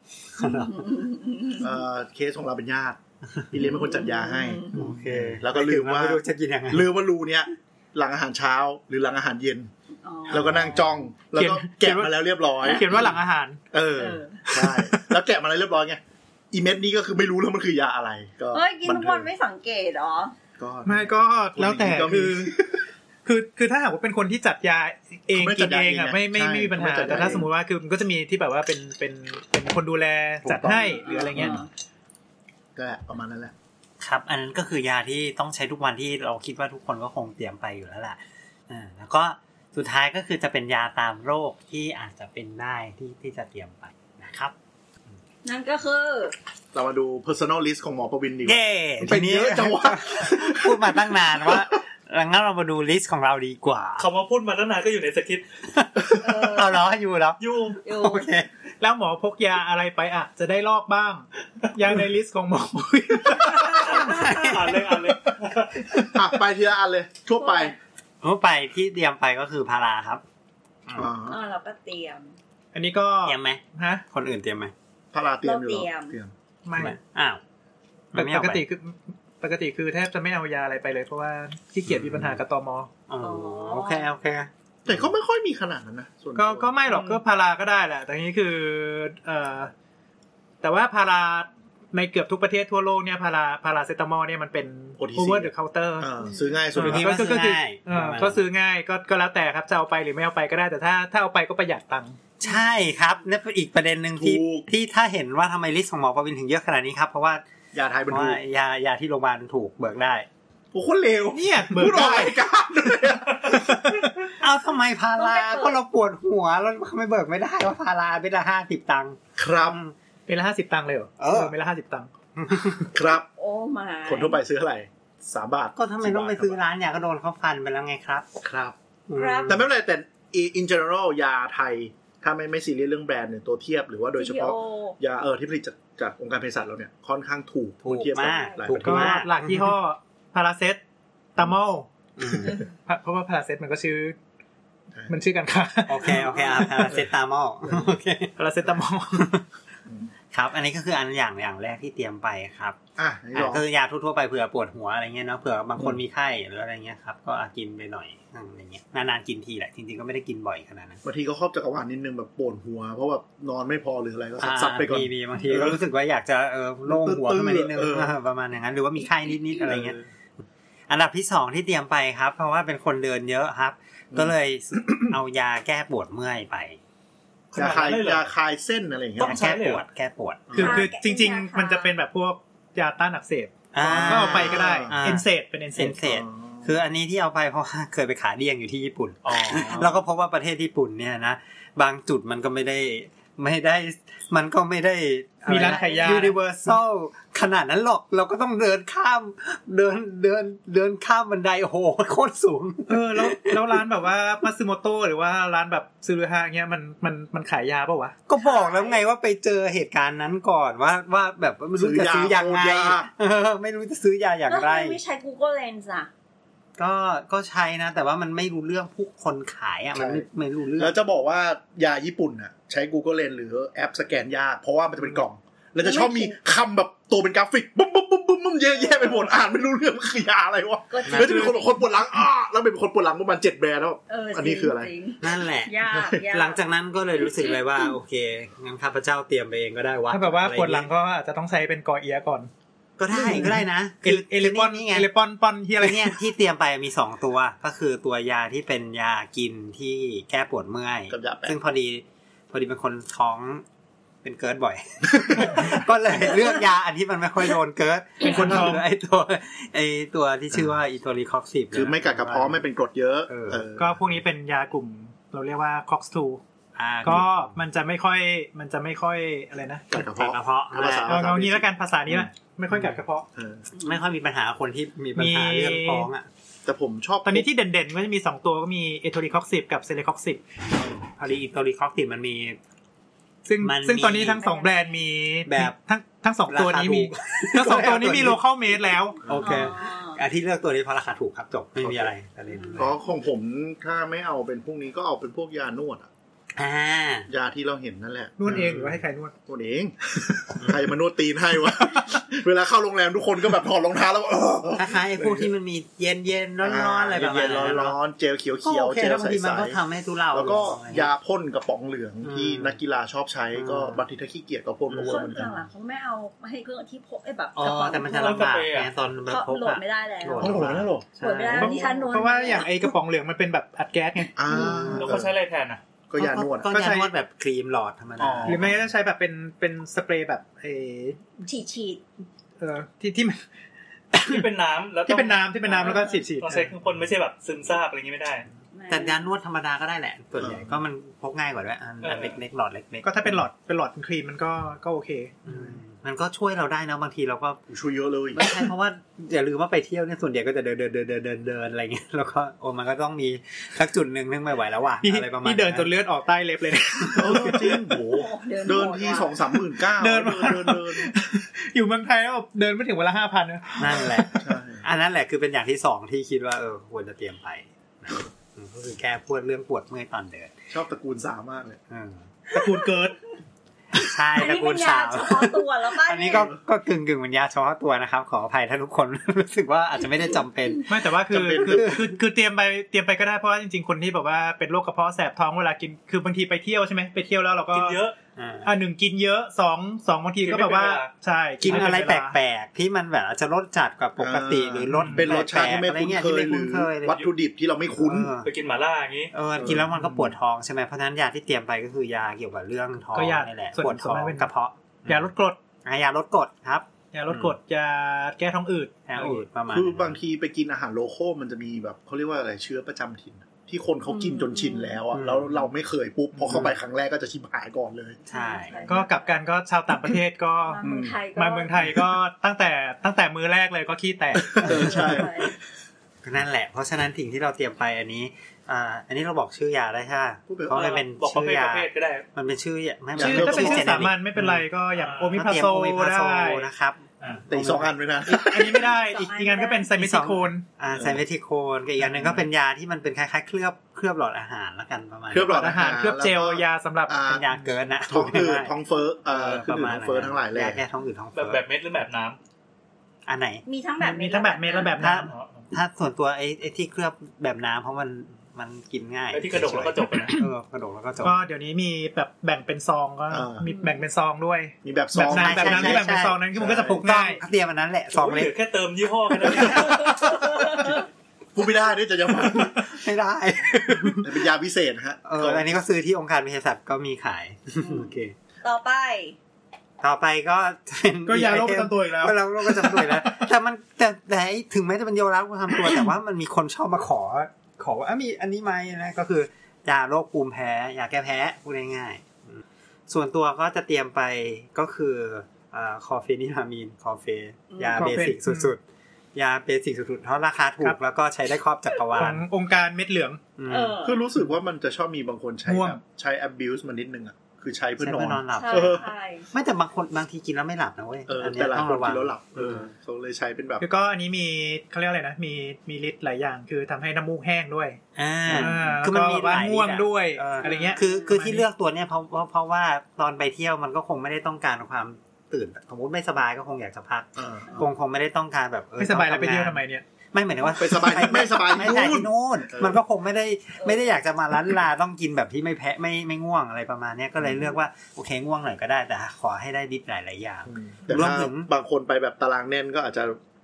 เอ่อเคสของเราเป็นญาติพี่เลี้ยงเป็นคนจัดยาให้โอเคแล้วก็ลืมว่าจะกินยังไงลืมว่ารูเนี้ยหลังอาหารเช้าหรือหลังอาหารเย็นแล้วก็นั่งจ้องแล้วก็แกะมาแล้วเรียบร้อยเขียนว่าหลังอาหารเออใช่แล้วแกะมาแล้วเรียบร้อยไงอีเม็ดนี้ก็คือไม่รู้แล้วมันคือยาอะไรก็เฮ้ยกินทุกวันไม่สังเกตหรอก็ไม่ก็แล้วแต่คือคือคือถ้าหากว่าเป็นคนที่จัดยาเองกินเองอ่ะไม่ไม่ไม่มีปัญหาแต่ถ้าสมมุติว่าคือมันก็จะมีที่แบบว่าเป็นเป็นเป็นคนดูแลจัดให้หรืออะไรเงี้ยก็ประมาณนั้นแหละครับอันนั้นก็คือยาที่ต้องใช้ทุกวันที่เราคิดว่าทุกคนก็คงเตรียมไปอยู่แล้วแหละอ่าแล้วก็สุดท้ายก็คือจะเป็นยาตามโรคที่อาจจะเป็นได้ที่ที่จะเตรียมไปนะครับนั่นก็คือเรามาดู personal list ของหมอประวินดีกว่าเย้เป็นเยอะจังวะพูดมาตั้งนานว่างั้นเรามาดูลิสต์ของเราดีกว่าคำว่าพูดมาตั้งนานก็อยู่ในสคริปต์เอาเหรออยู่แล้วอยู่โอเคแล้วหมอพกยาอะไรไปอ่ะจะได้ลอกบ้างยาในลิสต์ของหมออ่านเลยอ่านเลยอ่ะไปทีละอันเลยทั่วไปทั่วไปที่เตรียมไปก็คือพาราครับอ๋อเราก็เตรียมอันนี้ก็เตรียมไหมฮะคนอื่นเตรียมไหมพาราเตรียมอยู่เตรียมไม่อ้าวปกติคือปกติคือแทบจะไม่เอายาอะไรไปเลยเพราะว่าขี้เกียจมีปัญหากับตม. อ๋อโอเคโอเคแต่เขาไม่ค่อยมีขนาดนั้นนะส่วนก็ก็ไม่หรอกก็พาราก็ได้แหละแต่นี้คือเอ่อแต่ว่าพาราในเกือบทุกประเทศทั่วโลกเนี่ยพาราพาราเซตามอลเนี่ยมันเป็น over the counter ซื้อง่ายสุดก็ก็คือก็ซื้อง่ายก็ก็แล้วแต่ครับจะเอาไปหรือไม่เอาไปก็ได้แต่ถ้าถ้าเอาไปก็ประหยัดตังค์ใช่ครับนั่นเป็นอีกประเด็นนึงที่ที่ถ้าเห็นว่าทำไมลิสต์ของหมอประวินถึงเยอะขนาดนี้ครับเพราะว่ายาไทยมันถูกยายาที่โรงพยาบาลถูกเบิกได้โอ้โหเลวเนี่ยเบิกได้กันเลยเอาทำไมพาราก็เราปวดหัวแล้วทำไมเบิกไม่ได้ว่าพาราเป็นละห้าสิบตังค์ครับเป็นละห้าสิบตังค์เลยเหรอเออเป็นละห้าสิบตังค์ครับโอ้มาคนทั่วไปซื้อเท่าไหร่สามบาทก็ทำไมต้องไปซื้อร้านยาก็โดนเขาฟันไปแล้วไงครับครับแต่ไม่เป็นไรแต่ in general ยาไทยถ้าไม่ไม่ซีเรียสเรื่องแบรนด์เนี่ยตัวเทียบหรือว่าโดยเฉพาะยาเออที่ผลิตจากจากองค์การเภสัชเราเนี่ยค่อนข้างถูกเทียบมากถูกก็หลักยี่ห้อพาราเซตตามอลเพราะว่าพาราเซตมันก็ชื่อมันชื่อกันค่ะโอเคโอเคอ่ะพาราเซตามอลโอเคพาราเซตามอลครับอันนี้ก็คืออันอย่างอย่างแรกที่เตรียมไปครับอ่ะก็คือยาทั่วๆไปเผื่อปวดหัวอะไรเงี้ยเนาะเผื่อบางคนมีไข้หรืออะไรเงี้ยครับก็กินไปหน่อยอะไรเงี้ยนานๆกินทีแหละจริงๆก็ไม่ได้กินบ่อยขนาดนั้นบางทีก็ครอบจักรวาลนิดนึงแบบปวดหัวเพราะแบบนอนไม่พอหรืออะไรก็ซัดไปก่อนมีบางทีก็รู้สึกว่าอยากจะเออโล่งหัวขึ้นมานิดนึงประมาณอย่างนั้นหรือว่ามีไข้นิดๆอะไรเงี้ยอันดับที่สองที่เตรียมไปครับเพราะว่าเป็นคนเดินเยอะครับก็เลยเอายาแก้ปวดเมื่อยไปยาคลายยาคลายเส้นอะไรอย่างเงี้ยแก้ปวดแก้ปวดคือคือจริงๆมันจะเป็นแบบพวกยาต้านอักเสบก็เอาไปก็ได้เอนเซดเป็นเอนเซดคืออันนี้ที่เอาไปเพราะเคยไปขาเดี้ยงอยู่ที่ญี่ปุ่นแล้วก็พบว่าประเทศญี่ปุ่นเนี่ยนะบางจุดมันก็ไม่ได้ไม่ได้มันก็ไม่ได้มีร้านขายยา universal ขนาดนั้นหรอกเราก็ต้องเดินข้ามเดินเดินเดินข้ามบันไดโอ้โหโคตรสูงเออแล้วแล้วร้านแบบว่ามัตสึโมโตะหรือว่าร้านแบบซูรุฮะเงี้ยมันมันมันขายยาป่ะวะก็บอกแล้วไงว่าไปเจอเหตุการณ์นั้นก่อนว่าว่าแบบไม่รู้จะซื้อยังไงไม่รู้จะซื้อยาอย่างไรแล้วไม่ใช้ Google Lens อ่ะก็ก็ใช้นะแต่ว่ามันไม่รู้เรื่องผู้คนขายอ่ะมันไม่ไม่รู้เรื่องแล้วจะบอกว่ายาญี่ปุ่นน่ะใช้ Google Lens หรือแอปสแกนยากเพราะว่ามันจะเป็นกล่องแล้วจะชอบมีคำแบบตัวเป็นกราฟิกปุ๊บปุ๊บปุ๊บปุ๊บปุ๊บแย่ๆไปหมดอ่านไม่รู้เรื่องคือยาอะไรวะแล้วจะมีคนคนปวดหลังอ้าแล้วเป็นคนปวดหลังประมาณเจ็ดแบรนด์แล้วอันนี้คืออะไรนั่นแหละหลังจากนั้นก็เลยรู้สึกเลยว่าโอเคงั้นข้าพเจ้าเตรียมไปเองก็ได้วะถ้าแบบว่าปวดหลังก็อาจจะต้องใช้เป็นกอเอียก่อนก็ได้ก็ได้นะเอเลปอนนี่ไงเอเลปอนปอนที่อะไรเนี่ยที่เตรียมไปมีสองตัวก็คือตัวยาที่เป็นยากินที่แก้ปวดเมื่อยซึ่งพอดีพอดีเป็นคนท้องเป็นเกิร์ดบ่อย ก็เลยเลือกยาอันที่มันไม่ค่อยโดนเกิร์ดเป็นคนทองไอตัวไอตัวที่ชื่อว่าอีโทริคอกซิบคือไม่กัดกระเพาะไม่เป็นกรดเยอะก็พวกนี้เป็นยากลุ่มเราเรียกว่าคอกสทูก็มันจะไม่ค่อยมันจะไม่ค่อยอะไรนะกัดกระเพาะกระเพาะเอางี้แล้วกันภาษานี้นะไม่ค่อยกัดกระเพาะไม่ค่อยมีปัญหาคนที่มีปัญหาเรื่องท้องอ่ะแต่ผมชอบตอนนี้ที่เด่นๆก็จะมีสองตัวก็มีเอโทริคอกซิบกับเซเลคอกซิบพอดีอีโทริคอกซิบมันมีซึ่งซึ่งตอนนี้ทั้งสองแบรนด์มีแบบทั้งทั้งสองตัวนี้มีทั้งสองตัวนี้มีโลคอลเมดแล้วโอเคอันที่เลือกตัวนี้เพราะราคาถูกครับจบไม่มีอะไรก็ของผมถ้าไม่เอาเป็นพวกนี้ก็เอาเป็นพวกยานวดอ่ะยาที่เราเห็นนั่นแหละนวดเองหรือว่าให้ใครนวดนวดเองใครมานวดตีนให้วะเวลาเข้าโรงแรมทุกคนก็แบบถอดรองเท้าแล้วคล้ายๆไอ้พวกที่มันมีเย็นๆร้อนๆอะไรแบบนั้นร้อนๆเจลเขียวๆเจลใสๆมันก็ทำให้ทุเลาแล้วก็ยาพ่นกระป๋องเหลืองที่นักกีฬาชอบใช้ก็บางทีถ้าขี้เกียจก็พ่นโอเวอร์เหมือนกันเขาไม่เอาให้เครื่องที่พกไอ้แบบอ๋อแต่มันจะลำบากไงตอนพกโหลดไม่ได้แล้วโหลดไม่ได้หรอโหลดไม่ได้ที่ชั้นนู้นเพราะว่าอย่างไอ้กระป๋องเหลืองมันเป็นแบบอัดแก๊สไงแล้วเขาใช้อะไรแทนอ่ะก็ยานวดก็ยานวดแบบครีมหลอดธรรมดาหรือไม่ก็ใช้แบบเป็นเป็นสเปรย์แบบเอฉีดฉีดเออที่ที่ที่เป็นน้ำแล้วที่เป็นน้ำที่เป็นน้ำแล้วก็ฉีดฉีดเราใช้เครื่องพ่นไม่ใช่แบบซึมซาบอะไรอย่างงี้ไม่ได้แต่ยานวดธรรมดาก็ได้แหละส่วนใหญ่ก็มันพกง่ายกว่าด้วยอันเล็กๆหลอดเล็กๆก็ถ้าเป็นหลอดเป็นหลอดเป็นครีมมันก็ก็โอเคมันก็ช่วยเราได้นะบางทีเราก็ช่วยเยอะเลยไม่ใช่เพราะว่าอย่าลืมว่าไปเที่ยวเนี่ยส่วนใหญ่ก็จะเดินเดินเดินเดินเดินเดินอะไรเงี้ยแล้วก็โอ้มันก็ต้องมีสักจุดนึงนึงไม่ไหวแล้วว่ะอะไรประมาณนี้เดินจนเลือดออกใต้เล็บเลยเออจริงโหเดินที สองสามหมื่นเก้าพัน เดินเดินเดินอยู่เมืองไทยแล้วเดินไม่ถึงวันละ ห้าพัน นะนั่นแหละใช่อันนั้นแหละคือเป็นอย่างที่สองที่คิดว่าเออควรจะเตรียมไปก็คือแก้ปวดเรื่องปวดเมื่อยตอนเดินชอบตระกูลสามมากเลยตระกูลเกิร์ดใช่ตระกูลสาวอันนี้ก็ก็กึ่งกึ่งวิญญาเฉพาะตัวนะครับขออภัยถ้าทุกคนรู้สึกว่าอาจจะไม่ได้จำเป็นไม่แต่ว่าคือคือคือคือเตรียมไปเตรียมไปก็ได้เพราะว่าจริงๆคนที่แบบว่าเป็นโรคกระเพาะแสบท้องเวลากินคือบางทีไปเที่ยวใช่ไหมไปเที่ยวแล้วเราก็กินเยอะอ่าหนึ่งกินเยอะสองสองบางทีก็แบบว่าใช่กินอะไรแปลกๆที่มันแบบอาจจะรสจัดกว่าปกติหรือรสเป็นรสชาติที่ไม่คุ้นเคยหรือวัตถุดิบที่เราไม่คุ้นไปกินหม่าล่าอย่างงี้เออกินแล้วมันก็ปวดท้องใช่ไหมเพราะฉะนั้นยาที่เตรียมไปก็คือยาเกี่ยวกับเรื่องท้องนี่แหละปวดท้องกระเพาะยาลดกรดยาลดกรดครับยาลดกรดยาแก้ท้องอืดท้องอืดประมาณคือบางทีไปกินอาหารโลคอลมันจะมีแบบเขาเรียกว่าอะไรเชื้อประจำถิ่นที่คนเขากินจนชินแล้วอ่ะแล้วเราไม่เคยปุ๊บพอเข้าไปครั้งแรกก็จะชิบหายก่อนเลยใช่ก็กลับกันก็ชาวต่างประเทศก็มาเมืองไทยก็ตั้งแต่ตั้งแต่มื้อแรกเลยก็ขี้แตกใช่ก็นั่นแหละเพราะฉะนั้นสิ่งที่เราเตรียมไปอันนี้อ่าอันนี้เราบอกชื่อยาได้ใช่เพราะมันเป็นชื่อยามันเป็นชื่อไม่ชื่อถ้าเป็นชื่อสามัญไม่เป็นไรก็อย่างโอมิพาโซได้นะครับแต่อีกสองอันไว้นะอันนี้ไม่ได้อีกอีกอันก็เป็นไซเมทิโคนอ่าไซเมทิโคนกับอีกอันนึงก็เป็นยาที่มันเป็นคล้ายๆเคลือบเคลือบหลอดอาหารละกันประมาณเคลือบหลอดอาหารเคลือบเจลยาสำหรับเป็นยาเกินนะท้องอืดท้องเฟ้อเอ่อคือท้องเฟ้อทั้งหลายเลยยาแก้ท้องอืดท้องเฟ้อแบบเม็ดหรือแบบน้ำอันไหนมีทั้งแบบมีทั้งแบบเม็ดและแบบน้ำถ้าส่วนตัวไอ้ไอ้ที่เคลือบแบบน้ำเพราะมันมันกินง่ายไอ้ที่กระดกแล้วก็จบนะเออกระดกแล้วก็จบก็เดี๋ยวนี้มีแบบแบ่งเป็นซองก็มีแบ่งเป็นซองด้วยมีแบบซองแบบน้ำที่แบ่งเป็นซองนั้นคือมันก็จะพกง่ายเตรียมอันนั้นแหละซองเล็กแค่เติมยี่ห้อแค่นั้นพูดไม่ได้ด้วยจะยังไม่ได้แต่เป็นยาพิเศษฮะเอออันนี้ก็ซื้อที่องค์การเภสัชก็มีขายโอเคต่อไปต่อไปก็เป็นก็ยาโรคประจำตัวอีกแล้วก็ยาโรคประจำตัวแล้วแต่มันแต่แต่ถึงแม้จะเป็นยาโรคประจำตัวแต่ว่ามันมีคนชอบมาขอขอว่ามีอันนี้ไหมนะก็คือยาโรคภูมิแพ้ยาแก้แพ้พูดง่ายๆส่วนตัวก็จะเตรียมไปก็คืออ่าคอร์เฟนิรามีนคอร์เฟยาเบสิกสุดๆยาเบสิกสุดๆเพราะราคาถูกแล้วก็ใช้ได้ครอบจักรวาลองค์การเม็ดเหลืองคือรู้สึกว่ามันจะชอบมีบางคนใช้แบบใช้ abuse มันนิดนึงอ่ะคือใช้เพื่อนอนหลับไม่แต่บางคนบางทีกินแล้วไม่หลับนะเว้ยอันนี้ต้องระวังกินแล้วหลับเออเขาเลยใช้เป็นแบบแล้วก็อันนี้มีเขาเรียกอะไรนะมีมีฤทธิ์หลายอย่างคือทำให้น้ำมูกแห้งด้วยอ่าคือมันมีหลายง่วงด้วยอะไรเงี้ยคือคือที่เลือกตัวเนี้ยเพราะเพราะว่าตอนไปเที่ยวมันก็คงไม่ได้ต้องการความตื่นสมมติไม่สบายก็คงอยากจะพักคงคงไม่ได้ต้องการแบบไม่สบายแล้วไปเที่ยวทำไมเนี่ยไม่เหมือนว่าไปสบายไม่สบายที่นู่นมันก็คงไม่ได้ไม่ได้อยากจะมาล้านลาต้องกินแบบที่ไม่แพ้ไม่ไม่ง่วงอะไรประมาณนี้ก็เลยเลือกว่าโอเคง่วงหน่อยก็ได้แต่ขอให้ได้ดิบหลายหลายอย่างรวมถึงบางคนไปแบบตารางแน่นก็อาจจะไป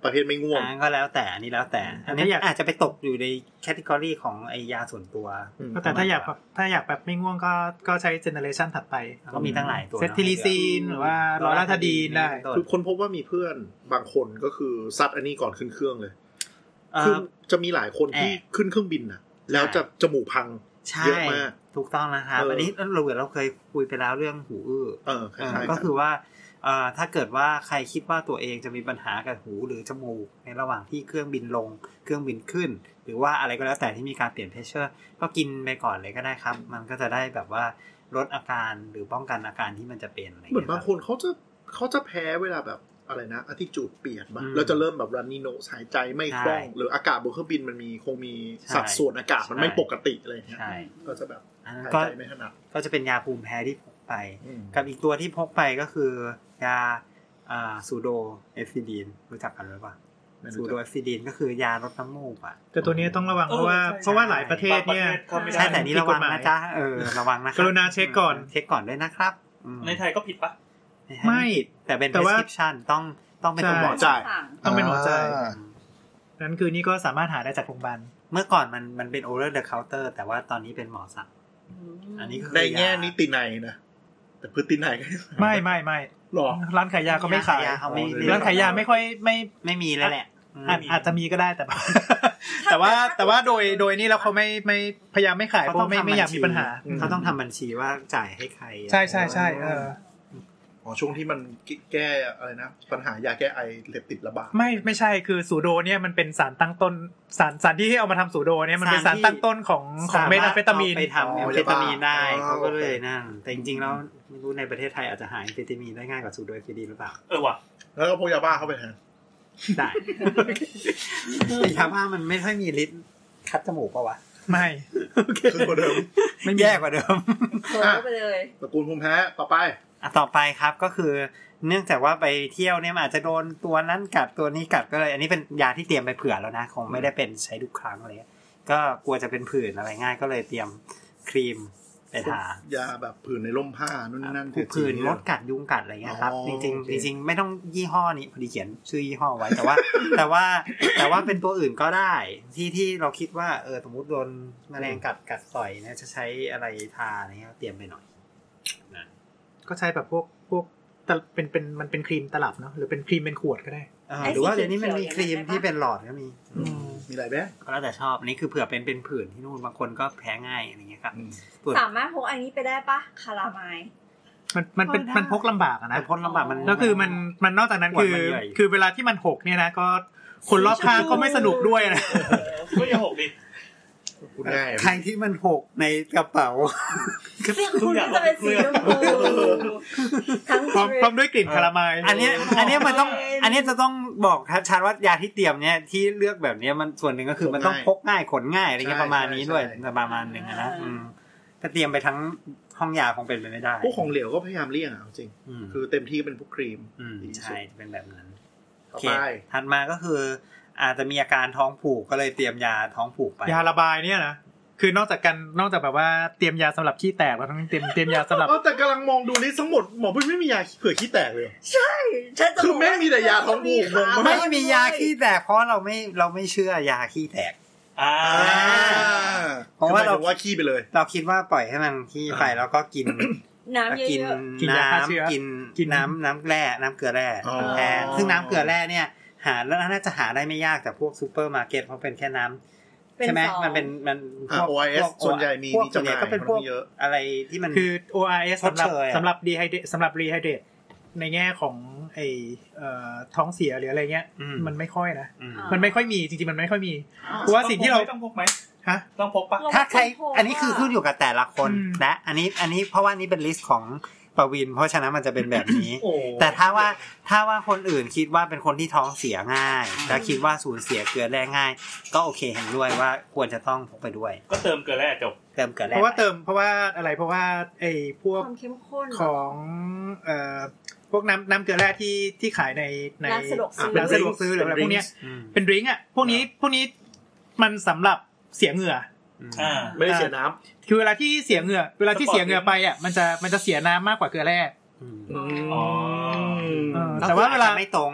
ประเภทไม่ง่วงก็แล้วแต่อันนี้แล้วแต่อันนี้อาจจะไปตกอยู่ในแคตตากรีของไอยาส่วนตัวแต่ถ้าอยากถ้าอยากแบบไม่ง่วงก็ก็ใช้เจเนอเรชันถัดไปก็มีตั้งหลายตัวเซทิลิซีนหรือว่าลอราทาดีนได้คือคนพบว่ามีเพื่อนบางคนก็คือซัดอันนี้ก่อนขึ้นเครื่องเลยคือจะมีหลายคนที่ขึ้นเครื่องบินน่ะแล้วจะจมูกพังเยอะมากถูกต้องนะครับอันนี้เราเราเคยคุยไปแล้วเรื่องหูอื้อเออก็คือว่าถ้าเกิดว่าใครคิดว่าตัวเองจะมีปัญหากับหูหรือจมูกในระหว่างที่เครื่องบินลงเครื่องบินขึ้นหรือว่าอะไรก็แล้วแต่ที่มีการเปลี่ยนเพชเชอร์ก็กินไปก่อนเลยก็ได้ครับมันก็จะได้แบบว่าลดอาการหรือป้องกันอาการที่มันจะเป็นอะไรเหมือนบางคนเขาจะเขาจะแพ้เวลาแบบอะไรนะอทิจูดเปลี่ยนบ้างแล้วจะเริ่มแบบรันนิโนหายใจไม่คล่องหรืออากาศบนเครื่องบินมันมีคงมีสัดส่วนอากาศมันไม่ปกติอะไรอย่างเงี้ยก็จะแบบหายใจไม่ถนัดก็จะเป็นยาภูมิแพ้ที่พกไปกับอีกตัวที่พกไปก็คือยาอ่าซูโดเอฟซิดีนรู้จักกันหรือเปล่าซูโดเอฟซิดีนก็คือยาลดน้ำมูกอ่ะแต่ตัวนี้ต้องระวังเพราะว่าเพราะว่าหลายประเทศเนี่ยใช่แต่นี่ระวังนะจ๊ะเออระวังนะครับกรุณาเช็คก่อนเช็คก่อนด้วยนะครับในไทยก็ผิดปะไม่แต่เป็น prescription ต้องต้องเป็นหมอจ่ายต้องเป็นหมอจ่ายนั้นคือนี่ก็สามารถหาได้จากโรงพยาบาลเมื่อก่อนมันมันเป็น over the counter แต่ว่าตอนนี้เป็นหมอสั่งอันนี้ในแง่นิตินัยนะแต่พฤตินัยไม่ไม่ไม่หรอร้านขายยาก็ไม่ขายร้านขายยาไม่ค่อยไม่ไม่มีแล้วแหละอาจจะมีก็ได้แต่แต่ว่าแต่ว่าโดยโดยนี่แล้วเขาไม่ไม่พยายามไม่ขายเพราะไม่ไม่อยากมีปัญหาเขาต้องทำบัญชีว่าจ่ายให้ใครใช่ใช่ใช่เอออ๋อช่วงที่มันแก้อะไรนะปัญหายาแก้ไอเสพติดระบาดไม่ไม่ใช่คือสูโดเนี่ยมันเป็นสารตั้งต้นสารสารที่ให้เอามาทำสูโดเนี่ยมันเป็นสารตั้งต้นของของเมทาเฟตามีนไปทำเอมเฟตามีนได้เขาก็เลยนั่นแต่จริงๆแล้วไม่รู้ในประเทศไทยอาจจะหาเอมเฟตามีนได้ง่ายกว่าสูโดเอฟดีหรือเปล่าเออว่ะแล้วก็พกยาบ้าเข้าไปแทนได้ยาบ้ามันไม่ค่อยมีฤทธิ์คัดจมูกป่ะวะไม่คือกว่าเดิมไม่แย่กว่าเดิมเข้าไปเลยตระกูลภูมิแพ้ต่อไปอ่ะต่อไปครับก็คือเนื่องจากว่าไปเที่ยวเนี่ยอาจจะโดนตัวนั้นกัดตัวนี้กัดก็เลยอันนี้เป็นยาที่เตรียมไปเผื่อแล้วนะคงไม่ได้เป็นใช้ทุกครั้งอะไรก็กลัวจะเป็นผื่นอะไรง่ายก็เลยเตรียมครีมไปทายาแบบผื่นในร่มผ้านู่นนั่นผื่นมดกัดยุงกัดอะไรเงี้ยครับจริงๆจริงๆไม่ต้องยี่ห้อนี้พอดีเขียนชื่อยี่ห้อไว้แต่ว่าแต่ว่าแต่ว่าเป็นตัวอื่นก็ได้ที่ที่เราคิดว่าเออสมมติโดนแมลงกัดกัดต่อยเนี่ยจะใช้อะไรทาอะไรเงี้ยเตรียมไปหน่อยนะก็ใช้แบบพวกพวกเป็นเป็นมันเป็นครีมตลับเนาะหรือเป็นครีมเป็นขวดก็ได้หรือว่าเดี๋ยวนี้มันมีครีมที่เป็นหลอดก็มีมีหลายแบบก็แล้วแต่ชอบอันนี้คือเผื่อเป็นเป็นผื่นที่นู่นบางคนก็แพ้ง่ายอะไรเงี้ยครับสามารถพกอันนี้ไปได้ปะคาราไมล์มันมันเป็นมันพกลำบากนะพกลำบากมันแล้วคือมันมันนอกจากนั้นคือคือเวลาที่มันหกเนี่ยนะก็คนรอบข้างก็ไม่สนุกด้วยนะก็อย่าหกดิใครที่มันหกในกระเป๋าทุกอย่างจะเป็นสีชมพูทั้งพร้อมด้วยกลิ่นคาราเมลอันนี้อันนี้มันต้องอันนี้จะต้องบอกชัดๆว่ายาที่เตรียมเนี่ยที่เลือกแบบนี้มันส่วนหนึ่งก็คือมันต้องพกง่ายขนง่ายอะไรเงี้ยประมาณนี้ด้วยประมาณนึงนะถ้าเตรียมไปทั้งห้องยาคงเป็นไปไม่ได้พวกของเหลวก็พยายามเลี่ยงอ่ะจริงคือเต็มที่เป็นพวกครีมใช่เป็นแบบนั้นโอเคถัดมาก็คืออาจจะมีอาการท้องผูกก็เลยเตรียมยาท้องผูกไปยาระบายเนี่ยนะคือนอกจากกันนอกจากแบบว่าเตรียมยาสำหรับขี้แตกแล้วทั้งเตรียมเตรียมยาสำหรับแต่กำลังมองดูลิสต์ทั้งหมดหมอไม่มียาเผื่อขี้แตกเลยใช่คือแม่มีแต่ยาท้องผูกไม่มียาขี้แตกเพราะเราไม่เราไม่เชื่อยาขี้แตกอ่าเพราะว่าเราว่าขี้ไปเลยเราคิดว่าปล่อยให้มันขี้ไปแล้วก็กินน้ำเยอะๆกินน้ำกินกินน้ำน้ำแร่น้ำเกลือแร่แทนซึ่งน้ำเกลือแร่เนี่ยหาแล้วน่าจะหาได้ไม่ยากแต่พวกซูเปอร์มาร์เก็ตเพราะเป็นแค่น้ำใช่ไหมมันเป็นมันพวก โอ อาร์ เอส ส่วนใหญ่มีจำหน่ายก็เป็นพวกอะไรที่มันคือ โอ อาร์ เอส สำหรับสำหรับดีไฮเดรตสำหรับรีไฮเดรตในแง่ของไอเอ่อท้องเสียหรืออะไรเงี้ยมันไม่ค่อยนะมันไม่ค่อยมีจริงๆมันไม่ค่อยมีเพราะว่าสิ่งที่เราต้องพกไหมฮะต้องพกปะถ้าใครอันนี้คือขึ้นอยู่กับแต่ละคนนะอันนี้อันนี้เพราะว่านี่เป็นลิสต์ของปวินเพราะฉะนั้นมันจะเป็นแบบนี้แต่ถ้าว่าถ้าว่าคนอื่นคิดว่าเป็นคนที่ท้องเสียง่ายและคิดว่าสูญเสียเกลือแร่ง่ายก็โอเคเห็นด้วยว่าควรจะต้องพกไปด้วยก็เติมเกลือแร่จบเติมเกลือแร่เพราะว่าเติมเพราะว่าอะไรเพราะว่าไอ้พวกของเอ่อพวกน้ำน้ำเกลือแร่ที่ที่ขายในในร้านสะดวกซื้อร้านสะดวกซื้อหรืออะไรพวกนี้เป็นดริงก์อ่ะพวกนี้พวกนี้มันสำหรับเสียเหงื่ออ่าไม่ได้เสียน้ำคือเวลาที่เสียเหงื่อเวลาที่เสียเหงื่อไปอ่ะมันจะมันจะเสียน้ำมากกว่าเกลือแร่แต่ว่าเวลาไม่ตรงอ่ะ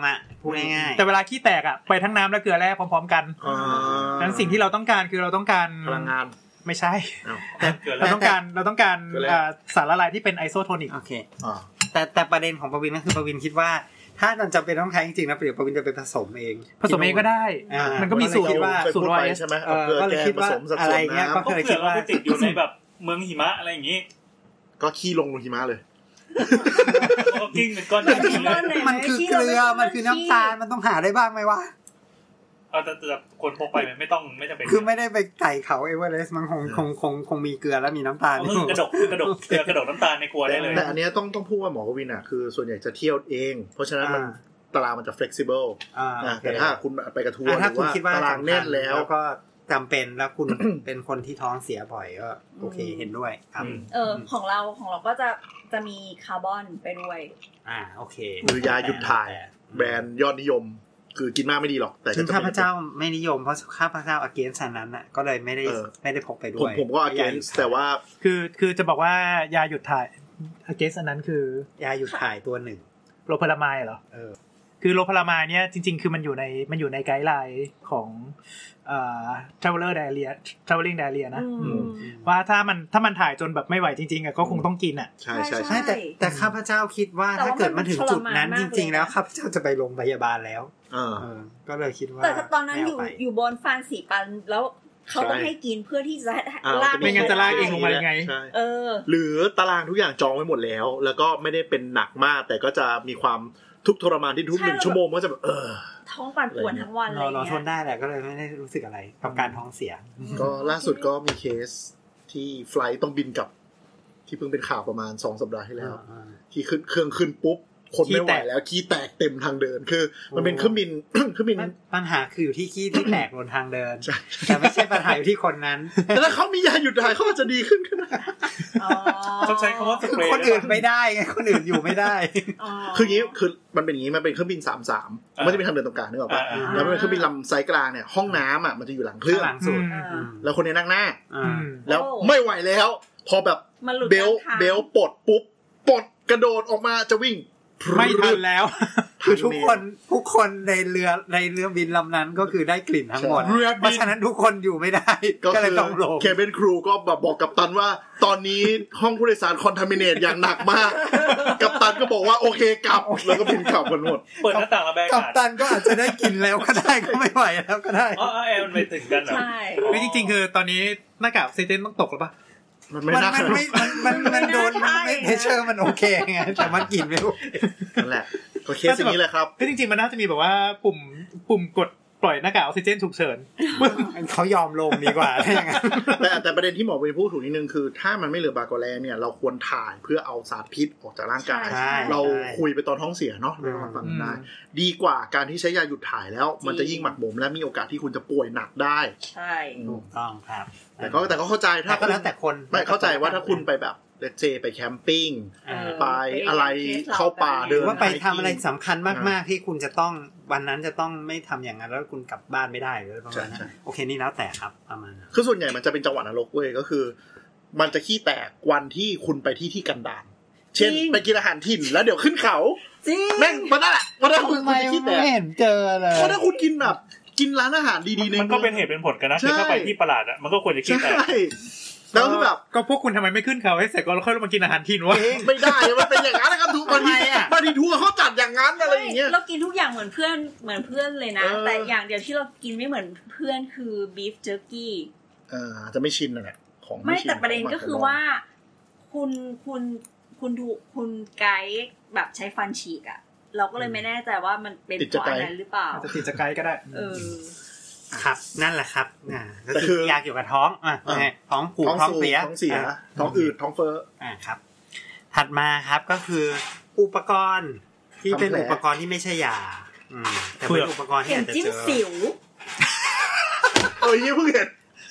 พูดง่ายๆแต่เวลาขี้แตกอ่ะไปทั้งน้ำและเกลือแร่พร้อมๆกันดังนั้นสิ่งที่เราต้องการคือเราต้องการพลังงานไม่ใช่เราต้องการเราต้องการสารละลายที่เป็นไอโซโทนิกโอเคแต่แต่ประเด็นของปวินก็คือปวินคิดว่าถ้ามันจำเป็นต้องใช้จริงๆนะเดี๋ยวปวินจะไปผสมเองผสมเองก็ได้มันก็มีสูตรว่าสูตรไว้ใช่ไหมก็เลยคิดว่าอะไรเงี้ยก็เคยคิดว่าติดอยู่ในแบบเมืองหิมะอะไรอย่างงี้ก็ขี้ลงลงหิมะเลยก็กิ้งเป็นก้อนมันคือเกลือมันคือน้ำตาลมันต้องหาได้บ้างไหมวะเอาแต่แต่คนพกไปมันไม่ต้องไม่จำเป็นคือไม่ได้ไปไต่เขาเอเวอเรสต์มันคงคงคงคงมีเกลือแล้วมีน้ำตาลกระดกกระดกเกลือกระดกน้ำตาลในครัวได้เลยแต่อันนี้ต้องต้องพูดว่าหมอกวินอ่ะคือส่วนใหญ่จะเที่ยวเองเพราะฉะนั้นมันตารางมันจะ flexible แต่ถ้าคุณไปกระทัวร์หรือว่าตารางแน่นแล้วก็จำเป็นแล้วคุณเป็นคนที่ท้องเสียบ่อยก็โอเคเห็นด้วยครับเออของเราของเราก็จะจะมีคาร์บอนไปด้วยอ่าโอเคหรือยาหยุดถ่ายแบรนด์ยอดนิยมคือกินมากไม่ดีหรอกแต่ข้าพเจ้าไม่นิยมเพราะข้าพเจ้า against นั้นน่ะก็เลยไม่ได้ไม่ได้พกไปด้วยผมก็ against แต่ว่าคือคือจะบอกว่ายาหยุดถ่าย against อันนั้นคือยาหยุดถ่ายตัวหนึ่งโลพาราไมด์เหรอเออคือโลพาราไมด์เนี่ยจริงๆคือมันอยู่ในมันอยู่ในไกด์ไลน์ของเอ่อ traveler diarrhea traveling diarrhea นะว่าถ้ามันถ้ามันถ่ายจนแบบไม่ไหวจริงๆอ่ะก็คงต้องกินอ่ะใช่ๆใช่แต่แต่ข้าพเจ้าคิดว่าถ้าเกิดมันถึงจุดนั้นจริงๆแล้วข้าพเจ้าจะไปโรงพยาบาลแล้วเออก็เลยคิดว่าแต่ตอนนั้นอยู่อยู่บนฟานสีปันแล้วเขาต้องให้กินเพื่อที่จะลากไม่งั้นจะลากเองลงมายังไงเออหรือตารางทุกอย่างจองไว้หมดแล้วแล้วก็ไม่ได้เป็นหนักมากแต่ก็จะมีความทุกทรมานที่ทุกหนึ่งชั่วโมงก็จะแบบเออท้องปั่นป่วนทั้งวันอะไรเงี้ยเราทนได้แหละก็เลยไม่ได้รู้สึกอะไรกับการท้องเสียก็ล่าสุดก็มีเคสที่ไฟล์ต้องบินกลับที่เพิ่งเป็นข่าวประมาณสองสัปดาห์ที่แล้วที่ขึ้นเครื่องขึ้นปุ๊บคนไม่ไหวแล้วขี้แตกเต็มทางเดินคือมันเป็นเครื่องบินเครื่องบินปัญหาคืออยู่ที่ขี้ที่แตกบนทางเดินแต่ไม่ใช่ปัญหาอยู่ที่คนนั้นแต่ถ้าเขามียาหยุดถ่ายเขาจะดีขึ้นก็ได้เขาใช้คำว่าสเปรย์คนอื่นไม่ได้ไงคนอื่นอยู่ไม่ได้คืออย่างนี้คือมันเป็นอย่างนี้มันเป็นเครื่องบินสามสามมันจะมีทางเดินตรงกลางนึกออกป่ะแล้วมันเป็นเครื่องบินลำไซส์กลางเนี่ยห้องน้ำอ่ะมันจะอยู่หลังเครื่องหลังสุดแล้วคนนี้นั่งหน้าแล้วไม่ไหวแล้วพอแบบเบลเบลปลดปุ๊บปลดกระโดดออกมาจะวิ่งไม่ทันแล้วคือทุกคนทุกคนในเรือในเรือบินลำนั้นก็คือได้กลิ่นทั้งหมดเพราะฉะนั้นทุกคนอยู่ไม่ได้ก็เลยต้องลงเคบินครูก็แบบบอกกัปตันว่าตอนนี้ห้องผู้โดยสารคอนทามิเนตอย่างหนักมากกัปตันก็บอกว่าโอเคกลับแล้วก็บินกลับกันหมดเปิดหน้าต่างระบายอากาศกัปตันก็อาจจะได้กินแล้วก็ได้ก็ไม่ไหวแล้วก็ได้อ๋อแอร์มันไม่ถึงกันเหรอใช่ไม่จริงๆคือตอนนี้หน้ากากออกซิเจนต้องตกหรือเปล่ามันไม่มันไม่มันมันโดนไม่เพชเชอร์มันโอเคไงแต่มันกินไม่โอเคนั่นแหละก็เคสอย่างนี้แหละครับก็จริงๆมันน่าจะมีแบบว่าปุ่มปุ่มกดปล่อยหน้ากากออกซิเจนฉุกเฉินเขายอมลงดีกว่าถ้าอย่างนั้นแต่แต่ประเด็นที่หมอวินพูดถูกนิดนึงคือถ้ามันไม่เหลือบากอแลเนี่ยเราควรถ่ายเพื่อเอาสารพิษออกจากร่างกายเราคุยไปตอนท้องเสียเนาะเราฟังได้ดีกว่าการที่ใช้ยาหยุดถ่ายแล้วมันจะยิ่งหมักหมมและมีโอกาสที่คุณจะป่วยหนักได้ใช่ถูกต้องครับแต่ก็แต่ก็เข้าใจถ้าก็แล้วแต่คนไม่เข้าใจว่าถ้าคุณไปแบบเลทเจไปแคมปิ้งไปอะไรเข้าป่าเดินว่าไปทำอะไรสำคัญมากๆที่คุณจะต้องวันนั้นจะต้องไม่ทำอย่างนั้นแล้วคุณกลับบ้านไม่ได้หรือประมาณนั้นโอเคนี่แล้วแต่ครับประมาณนั้นคือส่วนใหญ่มันจะเป็นจังหวะนรกเว้ยก็คือมันจะขี้แตกวันที่คุณไปที่ที่กันดารเช่นไปกินอาหารถิ่นแล้วเดี๋ยวขึ้นเขาแม่งมันนั่นแหละวันนั้นคุณคุณขี้แตกไม่เห็นเจอเลยวันนั้นคุณกินแบบกินร้านอาหารดีๆในมันก็เป็นเหตุเป็นผลกันนะคือถ้าไปที่ประหลาดอ่ะมันก็ควรจะขี้แตกแล้วคือแบบก็พวกคุณทำไมไม่ขึ้นเขาให้เสร็จก่อนแล้วค่อยมากินอาหารถิ่นวะไม่ได้มันเป็นอย่างนั้นนะครับทุกบางทีบางทีทัวร์เขาจัดอย่างนั้นอะไรอย่างเงี้ยเรากินทุกอย่างเหมือนเพื่อนเหมือนเพื่อนเลยนะแต่อย่างเดียวที่เรากินไม่เหมือนเพื่อนคือบีฟเจอร์กี้เออจะไม่ชินนั่นแหละของไม่แต่ประเด็นก็คือว่าคุณคุณคุณดูคุณไกด์แบบใช้ฟันฉีกอ่ะเราก็เลยไม่แน่ใจว่ามันเป็นเพราะอะไรหรือเปล่าจะติดจะไกด์ก็ได้เออครับนั่นแหละครับอ่าก็คือยาเกี่ยวกับท้องอ่ะท้องผูกท้องเสียท้องเสียท้องอืดท้องเฟ้ออ่าครับถัดมาครับก็คืออุปกรณ์ที่เป็นอุปกรณ์ที่ไม่ใช่ยาอืมแต่เป็นอุปกรณ์ที่อาจจะเจอจิ้มสิวเอ้ยเพิ่งเห็น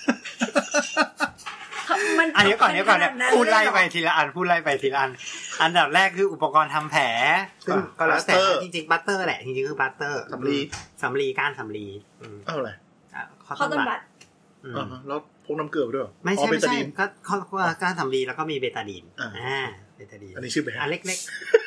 มันอันนี้ก่อนนี้ก่อนเนี่ยพูดไล่ไปทีละอันพูดไล่ไปทีละอันอันดับแรกคืออุปกรณ์ทำแผลก็แล้วแต่จริงๆบัตเตอร์แหละจริงๆคือบัตเตอร์สำลีสำลีก้านสำลีอ้าวอะไรข้าวต้มบัตอ่าแล้วพวกน้ำเกลือด้วยไม่ใช่ไม่ใช่ก็เขาก้านสำลีแล้วก็มีเบตาดีนอ่าเบตาดีนอันนี้ชื่อแบรนด์อันเล็ก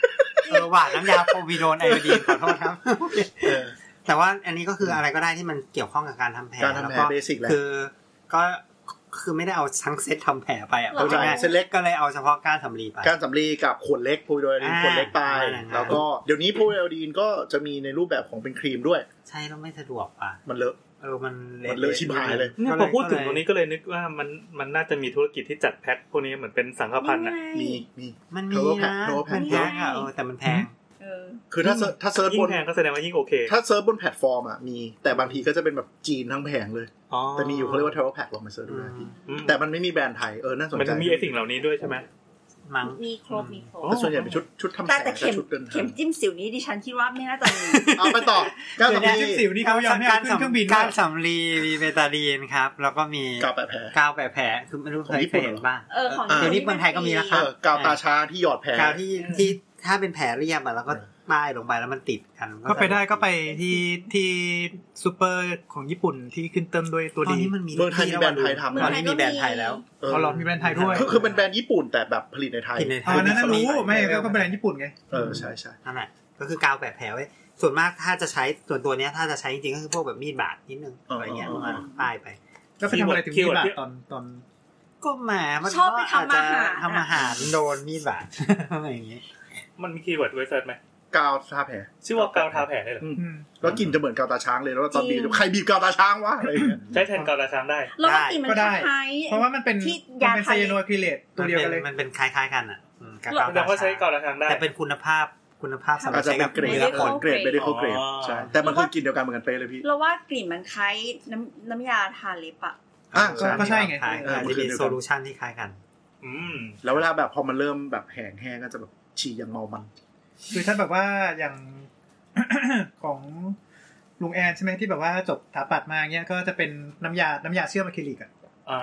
เออหวานน้ำยาโพวิโดนไอโอดีนขอโทษครับแต่ว่าอันนี้ก็คืออะไรก็ได้ที่มันเกี่ยวข้องกับการทำแผลแล้วก็คือก็คือไม่ได้เอาทั้งเซตทำแผลไปอ่ะพูดง่ายๆเซตเล็กก็เลยเอาเฉพาะก้านสำลีไปก้านสำลีกับขวดเล็กโพวิโดนไอโอดีนขวดเล็กไปแล้วก็เดี๋ยวนี้โพวิโดนไอโอดีนก็จะมีในรูปแบบของเป็นครีมด้วยใช่แล้วไม่สะดวกป่ะมันเลอะเออมันเลอะชิบหายเลยเนี่ยพอพูดถึงตรงนี้ก็เลยนึกว่ามันมันน่าจะมีธุรกิจที่จัดแพ็คพวกนี้เหมือนเป็นสังฆพันธ์อ่ะมีมีมันมีนะมันแพงอ่ะเออแต่มันแพงคือถ้าถ้าเซิร์ชบนแพงก็แสดงว่ายิ่งโอเคถ้าเซิร์ชบนแพลตฟอร์มอ่ะมีแต่บางทีก็จะเป็นแบบจีนทั้งแผงเลยแต่มีอยู่เขาเรียกว่า travel pack ลองมาเซิร์ชดูนะพี่แต่มันไม่มีแบรนด์ไทยเออน่าสนใจมันมีไอ้สิ่งเหล่านี้ด้วยใช่ไหมมั้งมีครบมีครบแต่ส่วนใหญ่เป็นชุดชุดทำแผลแต่เข็มเข็มจิ้มสิวนี้ดิฉันคิดว่าไม่น่าจะมีเอาไปต่อก้านสำลีจิ้มสิวนี่เขายอมให้ขึ้นเครื่องบินก้านสำลีมีเบตาดีนครับแล้วก็มีกาวแปะแผลกาวแปะแผลคือไม่รู้เคยเห็นป่ะเออของเดี๋ยวนี้เมืองไทยก็มีแล้วครับกาวตาช้างที่หยอดแผลกาวที่ที่ถ้าเป็นแผลเรียบอ่ะแล้วก็ป้ายลงไปแล้วมันติดกันก็ไปได้ก็ไปที่ที่ซูเปอร์ของญี่ปุ่นที่ขึ้นต้นด้วยตัวดีตอนนี้มันมีเมืองไทยมีแบรนด์ไทยทำตอนนี้มีแบรนด์ไทยแล้วอ๋อหรอมีแบรนด์ไทยด้วยคือเป็นแบรนด์ญี่ปุ่นแต่แบบผลิตในไทยอ๋อนั่นรู้ไม่ก็แบรนด์ญี่ปุ่นไงเออใช่ใช่นั่นแหละก็คือกาวแปะแผลไว้ส่วนมากถ้าจะใช้ส่วนตัวเนี้ยถ้าจะใช้จริงๆก็คือพวกแบบมีดบาดนิดนึงอะไรเงี้ยลงมาป้ายไปก็ไปทำอะไรถึงมีดบาดตอนตอนก็แหมมันชอบไปทำอาหารทำอาหารโดนมีดบาดอะไรอย่างงี้มันมีคีย์เวิร์ดไว้เซิร์ชไหมกาวทาแผลชื่อว่ากาวทาแผลได้เหรอแล้วกลิ่นจะเหมือนกาวตาช้างเลยแล้วตอนบีบใครบีบกาวตาช้างวะอะไรเงี้ยใช้แทนกาวตาช้างได้แล้วกลิ่นมันคล้ายเพราะว่ามันเป็นมันเป็นไซยาโนอะคริเลตตัวเดียวกันเลยมันเป็นคล้ายๆกันอ่ะกาวตาช้างก็ใช้กาวตาช้างได้แต่เป็นคุณภาผคุณภาพสำหรับใช้กับเกรดผลเกรดไม่ได้เข้าเกรดใช่แต่มันคือกลิ่นเดียวกันเหมือนกันเป๊ะเลยพี่เราว่ากลิ่นมันคล้ายน้ำน้ำยาทาเล็บอ่ะอ่ะก็ใช่ไงจะมีโซลูชันที่คล้ายกันอืมแล้วเวลาแบบพอมันเริ่มแบบแห้งแห้งก็จะแบบฉี่อย่างเมามันคือถ้าแบบว่าอย่างของลุงแอนใช่ไหมที่แบบว่าจบถาปัดมาเงี้ยก็จะเป็นน้ำยาน้ำยาเชื่อมอะคริลิกอ่ะอ่า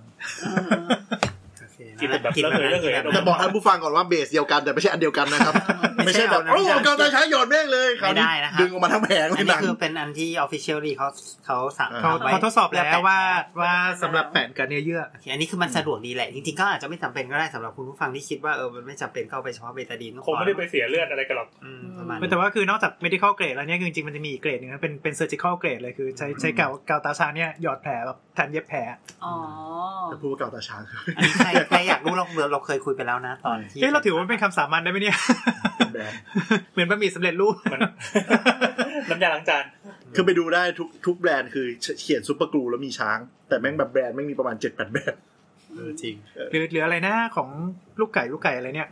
กินแบบกินแบบจะบอกท่านผู้ฟังก่อนว่าเบสเดียวกันแต่ไม่ใช่อันเดียวกันนะครับไม่ใช่แบบโอ้กาวตาช้างหยอดแม่งเลยไม่ได้นะครับดึงออกมาทั้งแผงเลยอันนี้คือเป็นอันที่ officially เขาเขาสั่งเขาเขาทดสอบแล้วว่าว่าสำหรับแผ่นกับเนื้อเยื่ออันนี้คือมันสะดวกดีแหละจริงๆก็อาจจะไม่จำเป็นก็ได้สำหรับคุณผู้ฟังที่คิดว่าเออมันไม่จำเป็นเข้าไปเฉพาะเบตาดีนคงไม่ได้ไปเสียเลือดอะไรกันหรอกประมาณแต่ว่าคือนอกจาก medical grade แล้วเนี่ยจริงๆมันจะมีอีกเกรดนึงนะเป็นเป็น surgical grade เลยคือใช้ใช้กาวกาวตาช้างเนี่ยหยอดแผลแบบแทนเย็บแผลอ๋อจะพูดว่ากาวตาช้างอันนี้ใครใครอยากรู้เราเราเคยคุยไปแล้วนะตอนที่เอ๊ะเราถือว่าเป็นคำสามัญได้ไหมเนี่ยเหมือนบะหมี่สำเร็จรูปน้ำยาล้างจานคือไปดูได้ทุกทุกแบรนด์คือเขียนซุปเปอร์กลูแล้วมีช้างแต่แม่งแบบแบรนด์แม่งมีประมาณ เจ็ดแปด แบรนด์เออจริงหรือหรืออะไรนะของลูกไก่ลูกไก่อะไรเนี่ย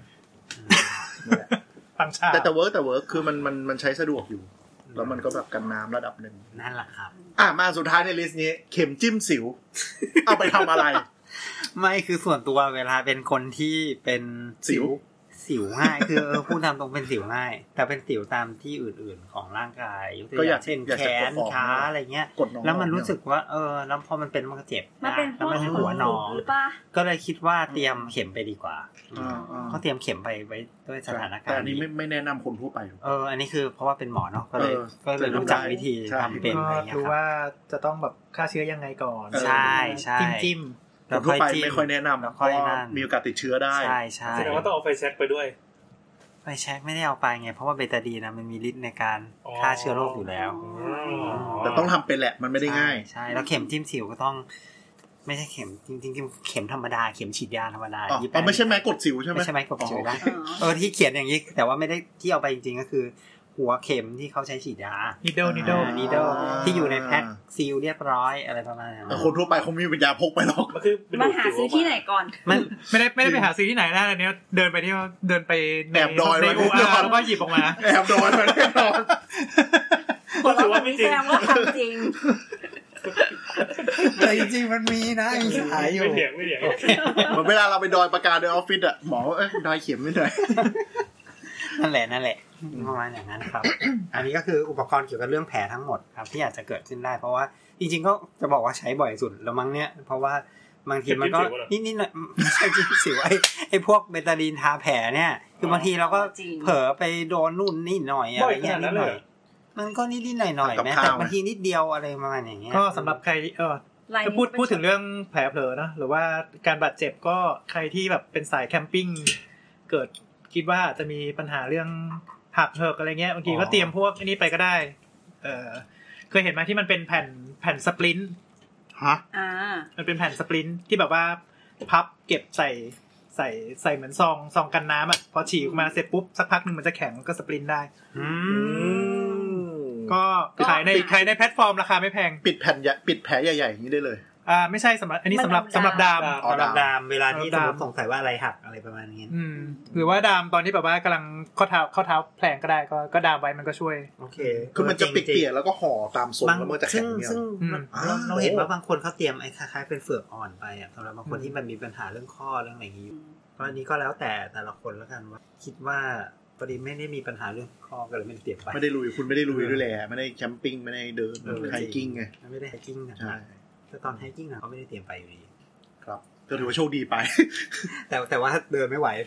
ปังชาแต่แต่เวิร์กแต่เวิร์กคือมันมันมันใช้สะดวกอยู่แล้วมันก็แบบกันน้ำระดับนึงนั่นแหละครับอ่ะมาสุดท้ายในลิสต์นี้เข็มจิ้มสิวเอาไปทำอะไรไม่คือส่วนตัวเวลาเป็นคนที่เป็นสิวสิวง่ายคือเออพูดตามตรงเป็นสิวง่ายแต่เป็นสิวตามที่อื่นๆของร่างกายยกตัวอย่างเช่นแขนขาอะไรเงี้ยแล้วมันรู้สึกว่าเออแล้วพอมันเป็นมันก็เจ็บนะแล้วมันหัวหนองก็เลยคิดว่าเตรียมเข็มไปดีกว่าเขาเตรียมเข็มไปไว้ด้วยสถานการณ์แต่อันนี้ไม่ไม่แนะนำคนทั่วไปเอออันนี้คือเพราะว่าเป็นหมอเนาะก็เลยก็เลยรู้จักวิธีทำเป็นอะไรเงี้ยรู้ว่าจะต้องแบบฆ่าเชื้อยังไงก่อนใช่ใช่จิ้มคนทั่วไปไม่ค่อยแนะนำเพราะมีโอกาสติดเชื้อได้ใช่ใช่แสดงว่าต้องเอาไฟแช็กไปด้วยไฟแช็กไม่ได้เอาไปไงเพราะว่าเบตาดีนนะมันมีฤทธิ์ในการฆ่าเชื้อโรคอยู่แล้วแต่ต้องทำเป็นแหละมันไม่ได้ง่ายใช่แล้วเข็มจิ้มสิวก็ต้องไม่ใช่เข็มจริงๆเข็มธรรมดาเข็มฉีดยาธรรมดาอ๋อไม่ใช่ไม้กดสิวใช่ไหมไม่ใช่ไม้กดสิวได้เออที่เขียนอย่างนี้แต่ว่าไม่ได้ที่เอาไปจริงๆก็คือหัวเข็มที่เขาใช้ฉีดยา needle needle needle ที่อยู่ในแพ็คซีลเรียบร้อยอะไรประมาณนั้นแต่คนทั่วไปเขาไม่มีปัญญาพกไปหรอกมันคือมาหาซื้อที่ไหนก่อนมันไม่ได้ไม่ได้ไปหาซื้อที่ไหนนะอันนี้เดินไปที่เดินไปแอบดอยในอู่อาร์แล้วก็หยิบออกมาแอบดอยมาแน่นอนก็ถือว่าไม่จริงแสดงว่าทำจริงแต่จริงๆมันมีนะมีขายอยู่ไม่เถียงไม่เถียงเหมือนเวลาเราไปดอยประกาศในออฟฟิศอ่ะหมอเอ้ยดอยเข็มไม่ได้นั่นแหละนั่นแหละประมาณอย่างนั้นครับ อันนี้ก็คืออุปกรณ์เกี่ยวกับเรื่องแผลทั้งหมดครับที่อาจจะเกิดขึ้นได้เพราะว่าจริงๆก็จะบอกว่าใช้บ่อยสุดแล้วมั้งเนี่ยเพราะว่าบางทีมันก็นิดๆหน่อยไม่ใช่จิ้มสิวไอ้ไอ้พวกเบตาดีนทาแผลเนี่ยคือบางทีเราก็เผลอไปโดนนู่นนี่หน่อยอะไรเงี้ยนิดหน่อยมันก็นิดๆหน่อยๆแม้แต่บางทีนิดเดียวอะไรประมาณอย่างเงี้ยก็สำหรับใครเออจะพูดพูดถึงเรื่องแผลเผลอนะหรือว่าการบาดเจ็บก็ใครที่แบบเป็นสายแคมปิ้งเกิดคิดว่าจะมีปัญหาเรื่องหักเหิกอะไรเงี้ยบางทีก็เตรียมพวกอันนี้ไปก็ได้เออเคยเห็นไหมที่มันเป็นแผ่นแผ่นสปรินต์ฮะอ่ามันเป็นแผ่นสปรินต์ที่แบบว่าพับเก็บใส่ใส่ใส่เหมือนซองซองกันน้ำอ่ะพอฉีกออกมาเสร็จปุ๊บสักพักนึงมันจะแข็งก็สปรินต์ได้ก็ขายในขายในแพลตฟอร์มราคาไม่แพงปิดแผ่นปิดแผลใหญ่ๆอย่างนี้ได้เลยอ่าไม่ใช่สำหรับอันนี้สำหรับสำหรับดามสำหรับดามเวลาที่สมมติสงสัยว่าอะไรหักอะไรประมาณนี้อืมหรือว่าดามตอนที่แบบว่ากำลังข้อเท้าข้อเท้าแผลงก็ได้ก็ก็ดามไว้มันก็ช่วยโอเคคือมันจะเปียกๆแล้วก็ห่อตามทรงแล้วมันจะแข็งเนี่ยซึ่งเราเห็นว่าบางคนเขาเตรียมไอ้คล้ายๆเป็นเฟือกอ่อนไปอ่ะสำหรับบางคนที่มันมีปัญหาเรื่องข้อเรื่องอะไรอย่างนี้เพราะอันนี้ก็แล้วแต่แต่ละคนแล้วกันว่าคิดว่าพอดีไม่ได้มีปัญหาเรื่องข้อก็เลยไม่ได้เตรียมไปไม่ได้ลุยคุณไม่ได้ลุยด้วยแหละไม่ได้แคมปิ้งไม่ได้เดินไฮกิ้งไงไม่ได้ไฮกิ้งนะใช่แต่ตอนไฮกิ้งอ่ะเขาไม่ได้เตรียมไปอยู่ดีครับก็ถือว่าโชคดีไปแต่แต่ว่าเดินไม่ไหว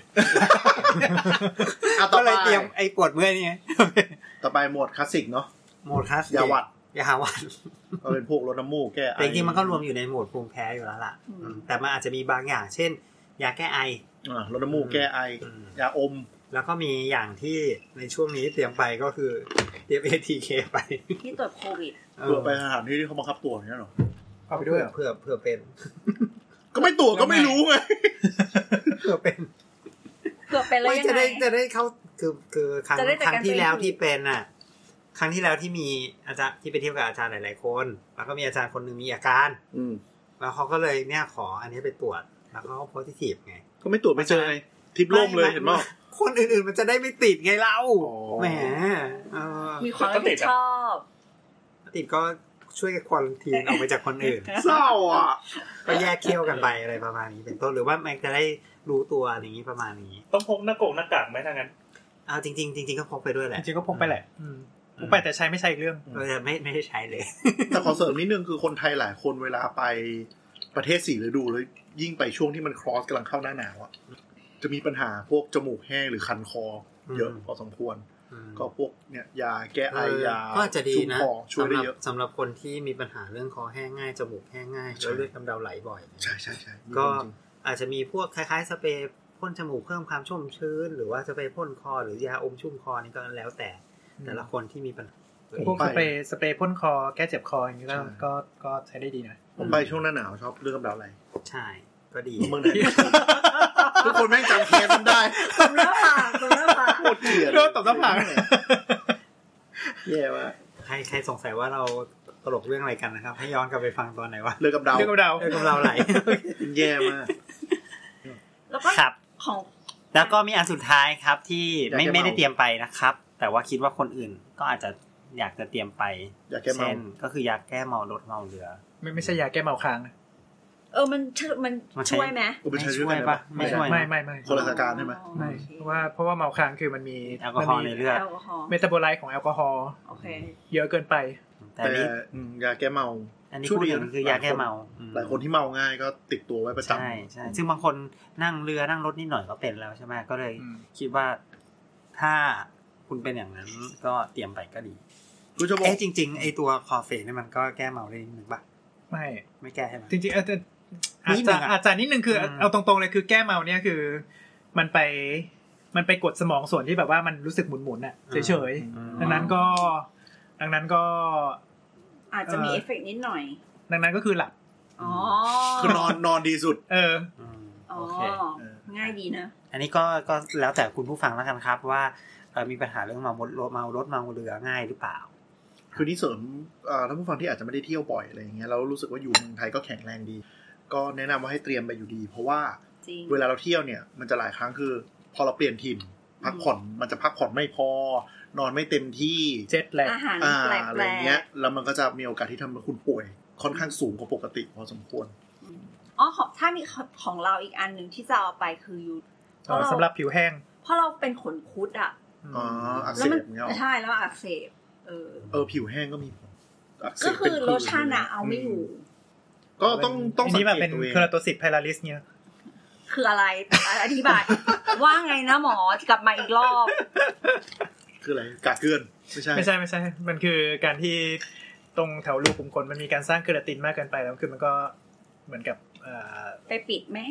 ก็เลยเตรียมไอ้ปวดเมื่อยนี่ไงต่อไปโหมดคลาสสิกเนาะโหมดคลาสสิกยาวัดยาวัดก็เป็นพวกลดน้ำมูกแก้ไอแต่จริงๆมันก็รวมอยู่ในโหมดภูมิแพ้อยู่แล้วล่ะแต่มันอาจจะมีบางอย่างเช่นยาแก้ไอลดน้ำมูกแก้ไอยาอมแล้วก็มีอย่างที่ในช่วงนี้เตรียมไปก็คือเตรียม เอ ที เค ไปที่ตรวจโควิดเพื่อไปสถานที่ที่เขาบังคับตรวจเนี่ยหรอเอาไปด้วยเพื่อเพื่อเป็นก็ไม่ตรวจก็ไม่รู้ไงเพื่อเป็นเพื่อเป็นแล้วยังไงจะได้จะได้เข้าคือคือครั้งครั้งที่แล้วที่เป็นอ่ะครั้งที่แล้วที่มีอาจารย์ที่ไปเที่ยวกับอาจารย์หลายๆคนแล้วก็มีอาจารย์คนนึงมีอาการอืมแล้วเขาก็เลยเนี่ยขออันนี้ไปตรวจแล้วเขาโพสิทีฟไงก็ไม่ตรวจไม่เจอไงทิปล่มเลยเห็นมั้ยคนอื่นๆมันจะได้ไม่ติดไงเล่าแหมมีความรับผิดชอบติดก็ช่วยควอรันทีนออกไปจากคนอื่นเศร้าอ่ะก็แยกเขี้ยวกันไปอะไรประมาณนี้เป็นต้นหรือว่าแม็กจะได้รู้ตัวอย่างนี้ประมาณนี้ต้องพกหน้ากากหน้ากากไหมถ้างั้นเอาจริงๆจริงๆก็พกไปด้วยแหละจริงๆก็พกไปแหละพกไปแต่ใช้ไม่ใช่อีกเรื่องเออไม่ไม่ได้ใช้เลยแต่ขอเสริมนิดนึงคือคนไทยหลายคนเวลาไปประเทศสี่ฤดูแล้วยิ่งไปช่วงที่มันครอสกำลังเข้าหน้าหนาวอ่ะจะมีปัญหาพวกจมูกแห้งหรือคันคอเยอะพอสมควรก็พวกเนี่ยยาแก้ไอยาก็จะดีนะช่วยได้เยอะสำหรับคนที่มีปัญหาเรื่องคอแห้งง่ายจมูกแห้งง่ายแล้วเลือดกำเดาไหลบ่อยใช่ใช่ใช่ก็อาจจะมีพวกคล้ายๆสเปรย์พ่นจมูกเพิ่มความชุ่มชื้นหรือว่าสเปรย์พ่นคอหรือยาอมชุ่มคอนี่ก็แล้วแต่แต่ละคนที่มีปัญหาพวกสเปรย์สเปรย์พ่นคอแก้เจ็บคออย่างนี้ก็ก็ก็ใช้ได้ดีนะผมไปช่วงหน้าหนาวชอบเลือดกำเดาไหลใช่ก็ดีเมืองไทยทุกคนแม่งจำเคสมันได้ตบหน้าผากตบหน้าผากโคตรเกลียดโดนตบหน้าผากแย่ว่ะใครใครสงสัยว่าเราตลกเรื่องอะไรกันนะครับให้ย้อนกลับไปฟังตอนไหนวะเรื่องกำเดาเรื่องกำเดาเรื่องกำเดาไหลแย่มากแล้วก็ของแล้วก็มีอันสุดท้ายครับที่ไม่ไม่ได้เตรียมไปนะครับแต่ว่าคิดว่าคนอื่นก็อาจจะอยากจะเตรียมไปเช่นก็คือยาแก้เมาลดเมาเรือไม่ไม่ใช่ยาแก้เมาค้างนะเออมันมันช่วยไหมไม่ช่วยป่ะไม่ช่วยไม่ไม่ไม่คนละอาการใช่ไหมไม่เพราะว่าเพราะว่าเมาค้างคือมันมีแอลกอฮอล์ในเลือดเมตาโบไลต์ของแอลกอฮอล์โอเคเยอะเกินไปแต่นี้ยาแก้เมาอันนี้พูดถึงคือยาแก้เมาหลายคนที่เมาง่ายก็ติดตัวไว้ประจำใช่ใช่ซึ่งบางคนนั่งเรือนั่งรถนิดหน่อยก็เป็นแล้วใช่ไหมก็เลยคิดว่าถ้าคุณเป็นอย่างนั้นก็เตรียมไปก็ดีเอ๊ะจริงๆไอตัวคอเฟนนี่มันก็แก้เมาได้นิดนึงป่ะไม่ไม่แก้ใช่ไหมจริงๆอาจจะอาจจะอาจจะนิดนึงคือเอาตรงๆเลยคือแก้เมาเนี่ยคือมันไปมันไปกดสมองส่วนที่แบบว่ามันรู้สึกหมุนๆน่ะเฉยๆดังนั้นก็ดังนั้นก็อาจจะมีเอฟเฟกต์นิดหน่อยดังนั้นก็คือหลับอ๋อคือนอนนอนดีสุดเอออ๋อง่ายดีนะอันนี้ก็ก็แล้วแต่คุณผู้ฟังแล้วกันครับว่ามีปัญหาเรื่องเมารถเมารถเมาเรือง่ายหรือเปล่าคือนี่เสริมท่านผู้ฟังที่อาจจะไม่ได้เที่ยวบ่อยอะไรอย่างเงี้ยแล้วรู้สึกว่าอยู่เมืองไทยก็แข็งแรงดีก็แนะนำว่าให้เตรียมไปอยู่ดีเพราะว่าเวลาเราเที่ยวเนี่ยมันจะหลายครั้งคือพอเราเปลี่ยนถิ่นพักผ่อนมันจะพักผ่อนไม่พอนอนไม่เต็มที่เจ็ตแลกอาหารแปลกๆอะไรเงี้ยแล้วมันก็จะมีโอกาสที่ทำให้คุณป่วยค่อนข้างสูงกว่าปกติพอสมควรอ๋อถ้ามีของเราอีกอันนึงที่จะเอาไปคือยูสำหรับผิวแห้งเพราะเราเป็นขนคุดอ่ะอ๋ออักเสบเนี่ยใช่แล้วอักเสบเออเออผิวแห้งก็มีก็คือโลชั่นอะเอาไม่อยู่ก็ต้องต้องสังเกตตัวเองเป็นเคอราโตซิสไพลาริสเนี่ยคืออะไรอธิบายว่าไงนะหมอกลับมาอีกรอบคืออะไรกากเกลือนไม่ใช่ไม่ใช่ไม่ใช่มันคือการที่ตรงแถวรูขุมขนมันมีการสร้างเคราตินมากเกินไปแล้วคือมันก็เหมือนกับไปปิดไม่ให้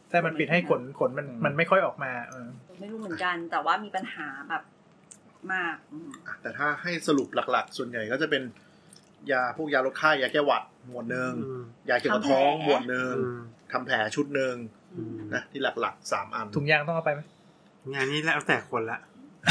แต่มันปิดให้ขนขนมันมันไม่ค่อยออกมาเออไม่รู้เหมือนกันแต่ว่ามีปัญหาแบบมากแต่ถ้าให้สรุปหลักๆส่วนใหญ่ก็จะเป็นยาพวกยาลดไข้ยาแก้หวัดหมวดนึงยาเกี่ยวกับท้องหมวดนึงทำแผลชุดนึงนะที่หลักๆสามอันถุงยางต้องเอาไปมั้ยงานนี้แล้วแต่คนละ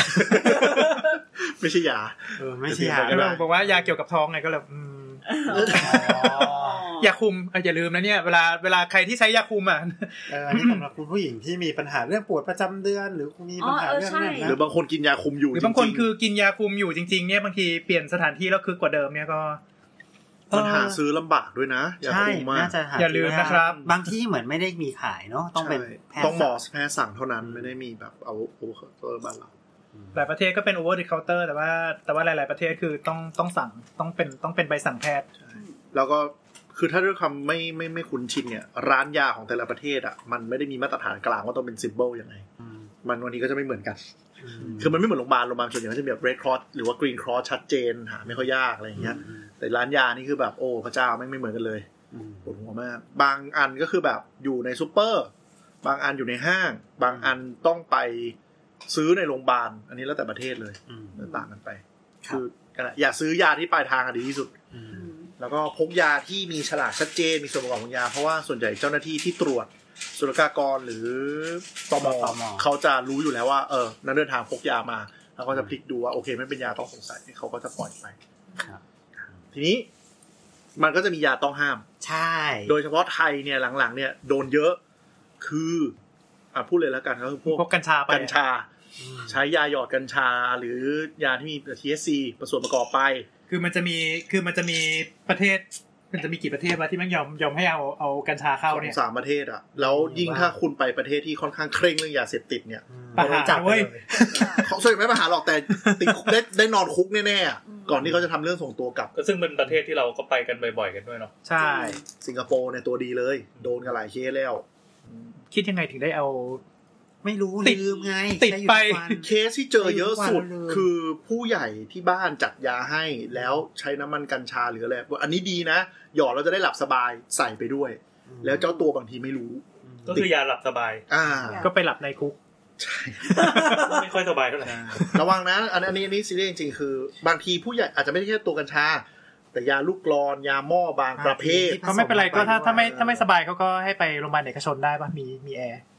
ไม่ใช่ยาเออไม่ใช่ยาบอกว่ายาเกี่ยวกับท้องไงก็เลยอืมยาคุมอย่าลืมนะเนี่ยเวลาเวลาใครที่ใช้ยาคุมอ่ะเอออันนี้สำหรับคุณผู้หญิงที่มีปัญหาเรื่องปวดประจำเดือนหรือมีปัญหาเรื่องนั้นหรือบางคนกินยาคุมอยู่หรือบางคนคือกินยาคุมอยู่จริงๆเนี่ยบางทีเปลี่ยนสถานที่แล้วคือกว่าเดิมเนี่ยก็มันหาซื้อลำบากด้วยนะยาคุมน่าจะอย่าลืมนะครับบางที่เหมือนไม่ได้มีขายเนาะต้องเป็นแพทย์ต้องหมอแพทย์สั่งเท่านั้นไม่ได้มีแบบเอาโอเวอร์เคาน์เตอร์บ้านเราหลายประเทศก็เป็น over the counter แต่ว่าแต่ว่าหลายๆประเทศคือต้องต้องสั่งต้องเป็นต้องเป็นใบสั่งแพทย์แล้วก็คือถ้าด้วยคำไม่ไม่ไม่คุ้นชินเนี่ยร้านยาของแต่ละประเทศอ่ะมันไม่ได้มีมาตรฐานกลางว่าต้องเป็นซิมโบลยังไงมันวันนี้ก็จะไม่เหมือนกันคือมันไม่เหมือนโรงพยาบาลโรงพยาบาลส่วนใหญ่ก็จะมีแบบ Red Cross หรือว่า Green Cross ชัดเจนหาไม่ค่อยยากอะไรอย่างเงี้ยแต่ร้านยานี่คือแบบโอ้พระเจ้าไม่ไม่เหมือนกันเลยปวดหัวมากบางอันก็คือแบบอยู่ในซุปเปอร์บางอันอยู่ในห้างบางอันต้องไปซื้อในโรงพยาบาลอันนี้แล้วแต่ประเทศเลยต่างกันไปคืออย่าซื้อยาที่ปลายทางดีที่สุดแล้วก็พกยาที่มีฉลากชัดเจนมีส่วนประกอบของยาเพราะว่าส่วนใหญ่เจ้าหน้าที่ที่ตรวจศุลกากรหรือตม.เขาจะรู้อยู่แล้วว่าเออนักเดินทางพกยามาแล้วก็จะพลิกดูว่าโอเคไม่เป็นยาต้องสงสัยเขาก็จะปล่อยไปทีนี้มันก็จะมียาต้องห้ามใช่โดยเฉพาะไทยเนี่ยหลังๆเนี่ยโดนเยอะคืออ่ะพูดเลยแล้วกันก็คือพวกกัญชากัญชาใช้ยาหยอดกัญชาหรือยาที่มี ที เอช ซี ผสมประกอบไปคือมันจะมีคือมันจะมีประเทศมันจะมีกี่ประเทศวะที่มันยอมยอมให้เอาเอากัญชาเข้าเนี่ยสามประเทศอ่ะแล้วยิ่งถ้าคุณไปประเทศที่ค่อนข้างเคร่งเรื่องยาเสพติดเนี่ยประหารจับเว้ยเขาส่วนไม่ประหารหรอกแต่ติดได้ได้นอนคุกแน่ๆก่อนที่เขาจะทำเรื่องส่งตัวกลับก็ซึ่งเป็นประเทศที่เราก็ไปกันบ่อยๆกันด้วยเนาะใช่สิงคโปร์เนี่ยตัวดีเลยโดนกันหลายเคสแล้วคิดยังไงถึงได้เอาไม่รู้ลืมไงติดไปเคสที่เจอเยอะสุดคือผู้ใหญ่ที่บ้านจัดยาให้แล้วใช้น้ำมันกัญชาหรืออะไรอันนี้ดีนะหยอดเราจะได้หลับสบายใส่ไปด้วยแล้วเจ้าตัวบางทีไม่รู้ก็คือยาหลับสบายอ่าก็ไปหลับในคุกใช่ไม่ค่อยสบายเท่าไหร่ระวังนะอันนี้อันนี้ซีเรียสจริงๆคือบางทีผู้ใหญ่อาจจะไม่ใช่แค่ตัวกัญชาแต่ยาลูกกลอนยาหม้อบางประเภทก็ไม่เป็นไรก็ถ้าถ้าไม่ถ้าไม่สบายเขาก็ให้ไปโรงพยาบาลเอกชนได้ป่ะมีมีแอร์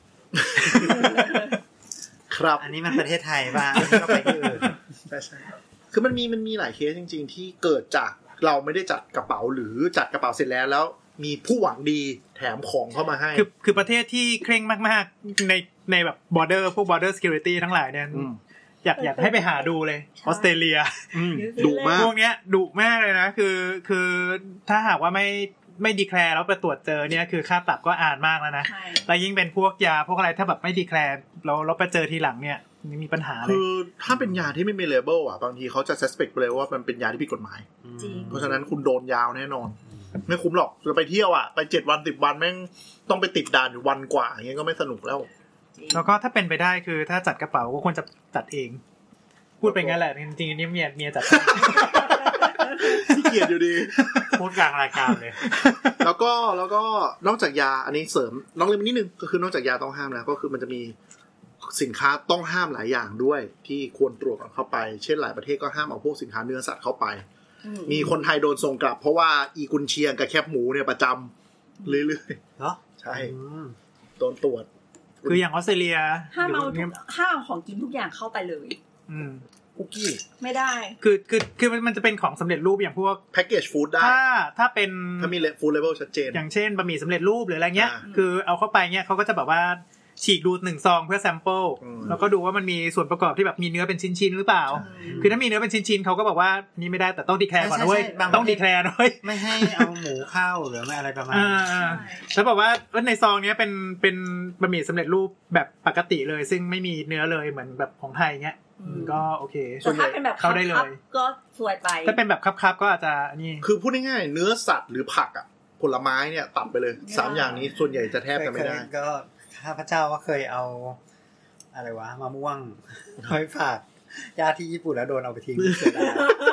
ครับอันนี้มันประเทศไทยบ้างก็ไปที่อื่นใช่ๆคือมันมีมันมีหลายเคสจริงๆที่เกิดจากเราไม่ได้จัดกระเป๋าหรือจัดกระเป๋าเสร็จแล้วแล้วมีผู้หวังดีแถมของเข้ามาให้คือคือประเทศที่เคร่งมากๆในในแบบ border พวก border security ทั้งหลายเนี่ยอยากอยากให้ไปหาดูเลยออสเตรเลียดุมากพวกเนี้ยดุมากเลยนะคือคือถ้าหากว่าไม่ไม่ดีแคลร์แล้วไปตรวจเจอเนี่ยคือค่าปรับก็อ่านมากแล้วนะแล้วยิ่งเป็นพวกยาพวกอะไรถ้าแบบไม่ดีแคลร์แล้วเราไปเจอทีหลังเนี่ยมีปัญหาเลยคือถ้าเป็นยาที่ไม่มีเลเบลอ่ะบางทีเขาจะ suspect ไปเลยว่ามันเป็นยาที่ผิดกฎหมายเพราะฉะนั้นคุณโดนยาวแน่นอนไม่คุ้มหรอกจะไปเที่ยวอ่ะไปเจ็ดวันสิบวันแม่งต้องไปติดด่านอยู่วันกว่าอย่างเงี้ยก็ไม่สนุกแล้วแล้วก็ถ้าเป็นไปได้คือถ้าจัดกระเป๋าก็ควรจะจัดเองพูดไปงั้นแหละจริงๆนี่เมียเมียจัดที่เกียดอยู่ดีพูดกลางรายการเลยแล้วก็แล้วก็นอกจากยาอันนี้เสริมน้องเล่มนิดนึงก็คือนอกจากยาต้องห้ามนะก็คือมันจะมีสินค้าต้องห้ามหลายอย่างด้วยที่ควรตรวจเข้าไปเช่นหลายประเทศก็ห้ามเอาพวกสินค้าเนื้อสัตว์เข้าไปมีคนไทยโดนส่งกลับเพราะว่าอีกุนเชียงกับแคบหมูเนี่ยประจำเรื่อยๆเหรอใช่โดนตรวจคืออย่างออสเตรเลียห้ามเอาห้ามของกินทุกอย่างเข้าไปเลยอืมคุกกี้ไม่ได้คือคือคือมันจะเป็นของสำเร็จรูปอย่างพวกแพ็คเกจฟู้ดได้ถ้าถ้าเป็นถ้ามีฟู้ดเลเวลชัดเจนอย่างเช่นบะหมี่สำเร็จรูปหรืออะไรเงี้ยคือเอาเข้าไปเงี้ยเขาก็จะแบบว่าฉีกดูหนึ่งซองเพื่อแซมเปิลแล้วก็ดูว่ามันมีส่วนประกอบที่แบบมีเนื้อเป็นชิ้นๆหรือเปล่าคือถ้ามีเนื้อเป็นชิ้นๆเขาก็บอกว่านี่ไม่ได้แต่ต้องดีแคร์ก่อนด้วยต้องดีแคร์ด้วยไม่ให้เอาหมูเข้าหรือไม่อะไรประมาณนี้แล้วบอกว่าในซองนี้เป็นเป็นบะหมี่สำเร็จรูปแบบปกติเลยซึ่งไม่มีเนื้อเลยเหมือนแบบของไทยเงี้ยก็โอเคแต่ถ้าเป็นแบบเข้าได้เลยก็สวยไปถ้าเป็นแบบคับๆก็อาจจะนี่คือพูดง่ายๆเนื้อสัตว์หรือผักอ่ะผลไม้เนี่ยตัดไปเลยสามอย่างนี้ส่วนใหญ่จะแทบจะไม่ได้ก็ข้าพเจ้าก็เคยเอาอะไรวะมะม่วงไปฝากญาติที่ญี่ปุ่นแล้วโดนเอาไปทิ้งเสียดาย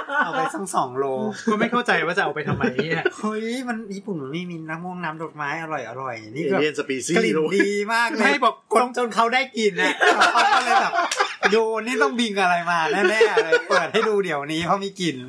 เอาไปสักสองโลก็ไม่เข้าใจว่าจะเอาไปทำไมเนี่ยเฮ้ยมันญี่ปุ่นมันไม่มีน้ำม่วงน้ำดอกไม้อร่อยอร่อยนี่ก็เรียนสปีซี่กลิ่นดีมากเลยให้บอกคนจนเขาได้กินนะเขาก็เลยแบบดูนี่ต้องบิงอะไรมาแน่ๆเลยเปิดให้ดูเดี๋ยวนี้เพราะมีกลิ่น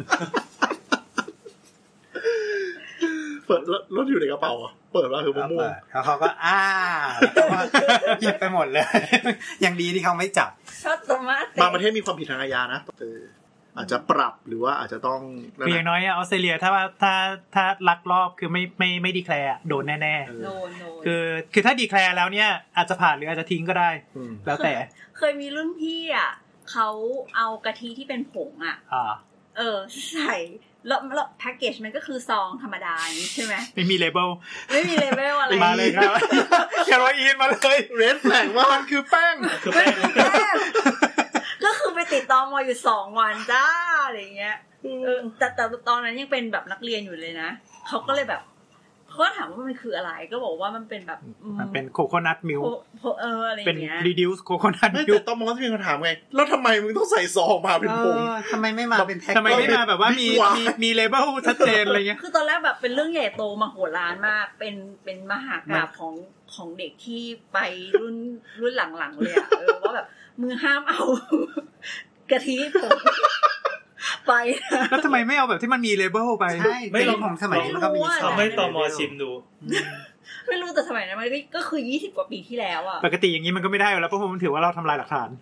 เปิดรถอยู่ในกระเป๋าเปิดว่าคือมะม่วงแล้วเขาก็อ้าหยิบไปหมดเลยยังดีที่เขาไม่จับชอบตัวมากบางประเทศมีความผิดทางอาญานะเอออาจจะปรับหรือว่าอาจจะต้องคืออย่างน้อยออสเตรเลียถ้าว่าถ้าถ้าลักลอบคือไม่ไม่ไม่ดีแคลร์โดนแน่ๆโดนคือคือถ้าดีแคลร์แล้วเนี่ยอาจจะผ่านหรืออาจจะทิ้งก็ได้แล้วแต่เคยมีรุ่นพี่อ่ะเขาเอากะทิที่เป็นผงอ่ะเออใส่แล้วแล้วแพ็คเกจมันก็คือซองธรรมดาใช่ไหมไม่มีเลเบลไม่มีเลเบลอะไรมาเลยครับแคโรอีนมาเลยเรดแฟลกว่ามันคือแป้งคือแป้งก็คือไปติดตอมออยู่สองวันจ้าอะไรเงี้ยเออแต่แต่ตอนนั้นยังเป็นแบบนักเรียนอยู่เลยนะเขาก็เลยแบบเขาก็ถามว่ามันคืออะไรก็บอกว่ามันเป็นแบบมันเป็นโคโคนัทมิลค์เอออะไรเงี้ยเป็น reduced โคโคนัทมิลค์แต่ตอนมอสมีคนถามไงแล้วทำไมมึงต้องใส่ซองมาเป็นผงทำไมไม่มาเป็นแพ็คทำไมไม่มาแบบว่ามีมีมีเลเบลชัดเจนอะไรเงี้ยคือตอนแรกแบบเป็นเรื่องใหญ่โตมโหฬารมากเป็นเป็นมหากาพย์ของของเด็กที่ไปรุ่นรุ่นหลังๆเลยอ่ะเออว่าแบบมือห้ามเอากะทิผงไปแล้วทำไมไม่เอาแบบที่มันมีเลเบลไปใช่ไม่ลองของสมัยนี้มันก็มีทำให้ตม.ชิมดูไม่รู้แต่สมัยนั้นมันก็คือยี่สิบกว่าปีที่แล้วอ่ะปกติอย่างนี้มันก็ไม่ได้อยู่แล้วเพราะมันถือว่าเราทำลายหลักฐาน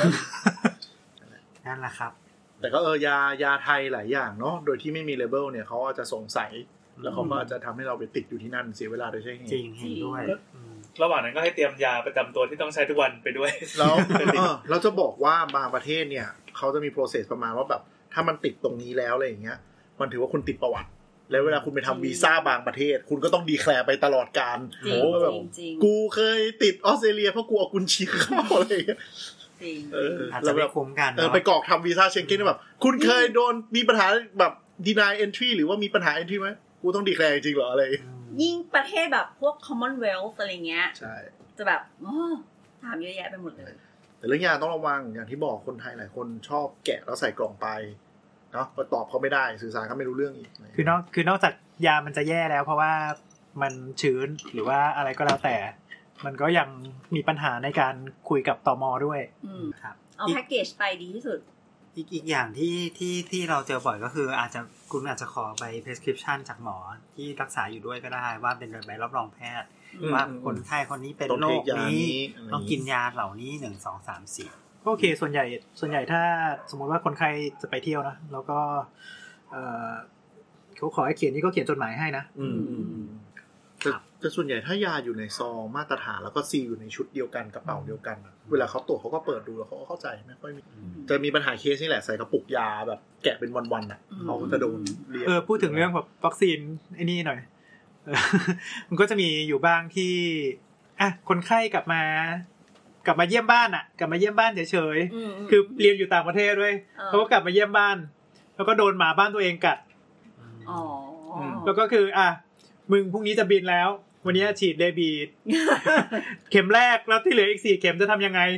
นั่นแหละครับแต่ก็เออยายาไทยหลายอย่างเนาะโดยที่ไม่มีเลเบลเนี่ยเขาอาจจะสงสัยแล้วเขาก็อาจจะทำให้เราไปติดอยู่ที่นั่นเสียเวลาโดยใช่เหตุจริงเห็นด้วยระหว่างนั้นก็ให้เตรียมยาประจำตัวที่ต้องใช้ทุกวันไปด้วยแล้วเราจะบอกว่าบางประเทศเนี่ยเขาจะมี process ประมาณว่าแบบถ้ามันติดตรงนี้แล้วอะไรอย่างเงี้ยมันถือว่าคุณติดประวัติแล้วเวลาคุณไปทำวีซ่าบางประเทศคุณก็ต้องดีแคลร์ไปตลอดกาลโอ้แบบกูเคยติดออสเตรเลียเพราะกูเอากุญชีเข้าอะไรอย่างเงี้ยจริงเออแล้วแบบคุ้มกันเออไปกรอกทำวีซ่าเชงเก้นแบบคุณเคยโดนมีปัญหาแบบ deny entry หรือว่ามีปัญหา entry ไหมกูต้องดีแคลร์จริงเหรออะไรยิ่งประเทศแบบพวก Commonwealth อะไรเงี้ยใช่จะแบบอ๋อถามเยอะแยะไปหมดเลยแต่เรื่องยาต้องระวังอย่างที่บอกคนไทยหลายคนชอบแกะแล้วใส่กล่องไปเนาะพอตอบเขาไม่ได้สื่อสารเขาไม่รู้เรื่องอีกคือนอกคือนอกจากยามันจะแย่แล้วเพราะว่ามันชื้นหรือว่าอะไรก็แล้วแต่มันก็ยังมีปัญหาในการคุยกับตม.ด้วยครับเอาแพ็คเกจไปดีที่สุดอีกอีกอย่างที่ที่ที่เราเจอบ่อยก็คืออาจจะคุณอาจจะขอใบ prescription จากหมอที่รักษาอยู่ด้วยก็ได้ว่าเป็นใบรับรองแพทย์ว่าคนไข้คนนี้เป็นโรคนี้ต้องกินยาเหล่านี้หนึ่ง สอง สาม สี่โอเคส่วนใหญ่ส่วนใหญ่ถ้าสมมติว่าคนไข้จะไปเที่ยวนะแล้วก็เอ่อเขาขอให้เขียนนี่ก็เขียนจดหมายให้นะอืมแต่แต่ส่วนใหญ่ถ้ายาอยู่ในซองมาตรฐานแล้วก็ซีลอยู่ในชุดเดียวกันกระเป๋าเดียวกันเวลาเขาตรวจเขาก็เปิดดูแล้วเขาก็เข้าใจไม่ค่อยมีจะมีปัญหาเคสนี่แหละใส่กระปุกยาแบบแกะเป็นวันๆน่ะเขาก็จะโดนเรียกเออพูดถึงเรื่องแบบวัคซีนไอ้นี่หน่อยมันก็จะมีอยู่บ้างที่อ่ะคนไข้กลับมากลับมาเยี่ยมบ้านอ่ะกลับมาเยี่ยมบ้านเฉยๆคือเรียนอยู่ต่างประเทศด้วยเขาก็กลับมาเยี่ยมบ้านแล้วก็โดนหมาบ้านตัวเองกัดอ๋อแล้วก็คืออ่ะมึงพรุ่งนี้จะบินแล้ววันนี้ฉีดเรบีดเข็มแรกแล้วที่เหลืออีกสี่เข็มจะทำยังไง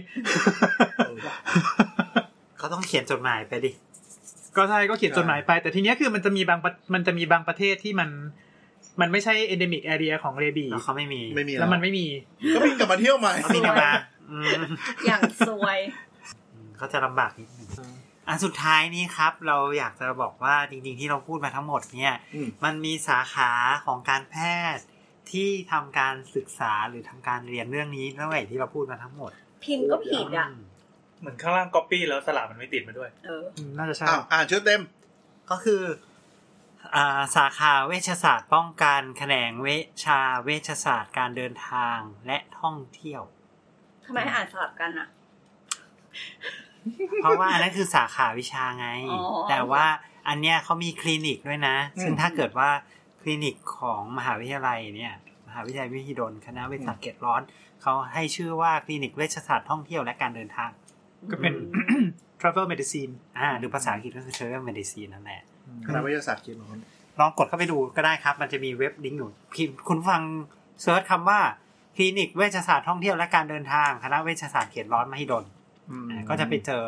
เขาต้องเขียนจดหมายไปดิก็ใช่ก็เขียนจดหมายไปแต่ทีเนี้ยคือมันจะมีบางมันจะมีบางประเทศที่มันมันไม่ใช่ endemic area ของเรบีแล้วเขาไม่มีไม่มีแล้วมันไม่มีก็บินกลับมาเที่ยวใหม่บินกลับมาอย่างซวยเขาจะลำบากนิดนึงอันสุดท้ายนี้ครับเราอยากจะบอกว่าจริงๆที่เราพูดมาทั้งหมดเนี่ยมันมีสาขาของการแพทย์ที่ทำการศึกษาหรือทำการเรียนเรื่องนี้เท่าไหร่ที่เราพูดมาทั้งหมดพิมพ์ก็ผิดอ่ะเหมือนข้างล่าง copy แล้วสลับมันไม่ติดมาด้วยเออน่าจะใช่อ่านชื่อเต็มก็คืออ่าสาขาเวชศาสตร์ป้องกันแขนงเวชาเวชศาสตร์การเดินทางและท่องเที่ยวทำไมอ่านสลับกันอ่ะเพราะว่าอันนั้นคือสาขาวิชาไงแต่ว่าอันเนี้ยเขามีคลินิกด้วยนะซึ่งถ้าเกิดว่าคลินิกของมหาวิทยาลัยเนี่ยมหาวิทยาลัยมหิดลคณะเวชศาสตร์เกษตรร้อนเขาให้ชื่อว่าคลินิกเวชศาสตร์ท่องเที่ยวและการเดินทางก็เป็น travel medicine อ่าหรือภาษาอังกฤษก็คือ travel medicine นั่นแหละคณะเวชศาสตร์เกษตรร้อนลองกดเข้าไปดูก็ได้ครับมันจะมีเว็บลิงก์อยู่พิมพ์คุณฟังเสิร์ชคำว่าคลินิกเวชศาสตร์ท่องเที่ยวและการเดินทางคณะเวชศาสตร์เขตร้อนมหิดลก็จะไปเจอ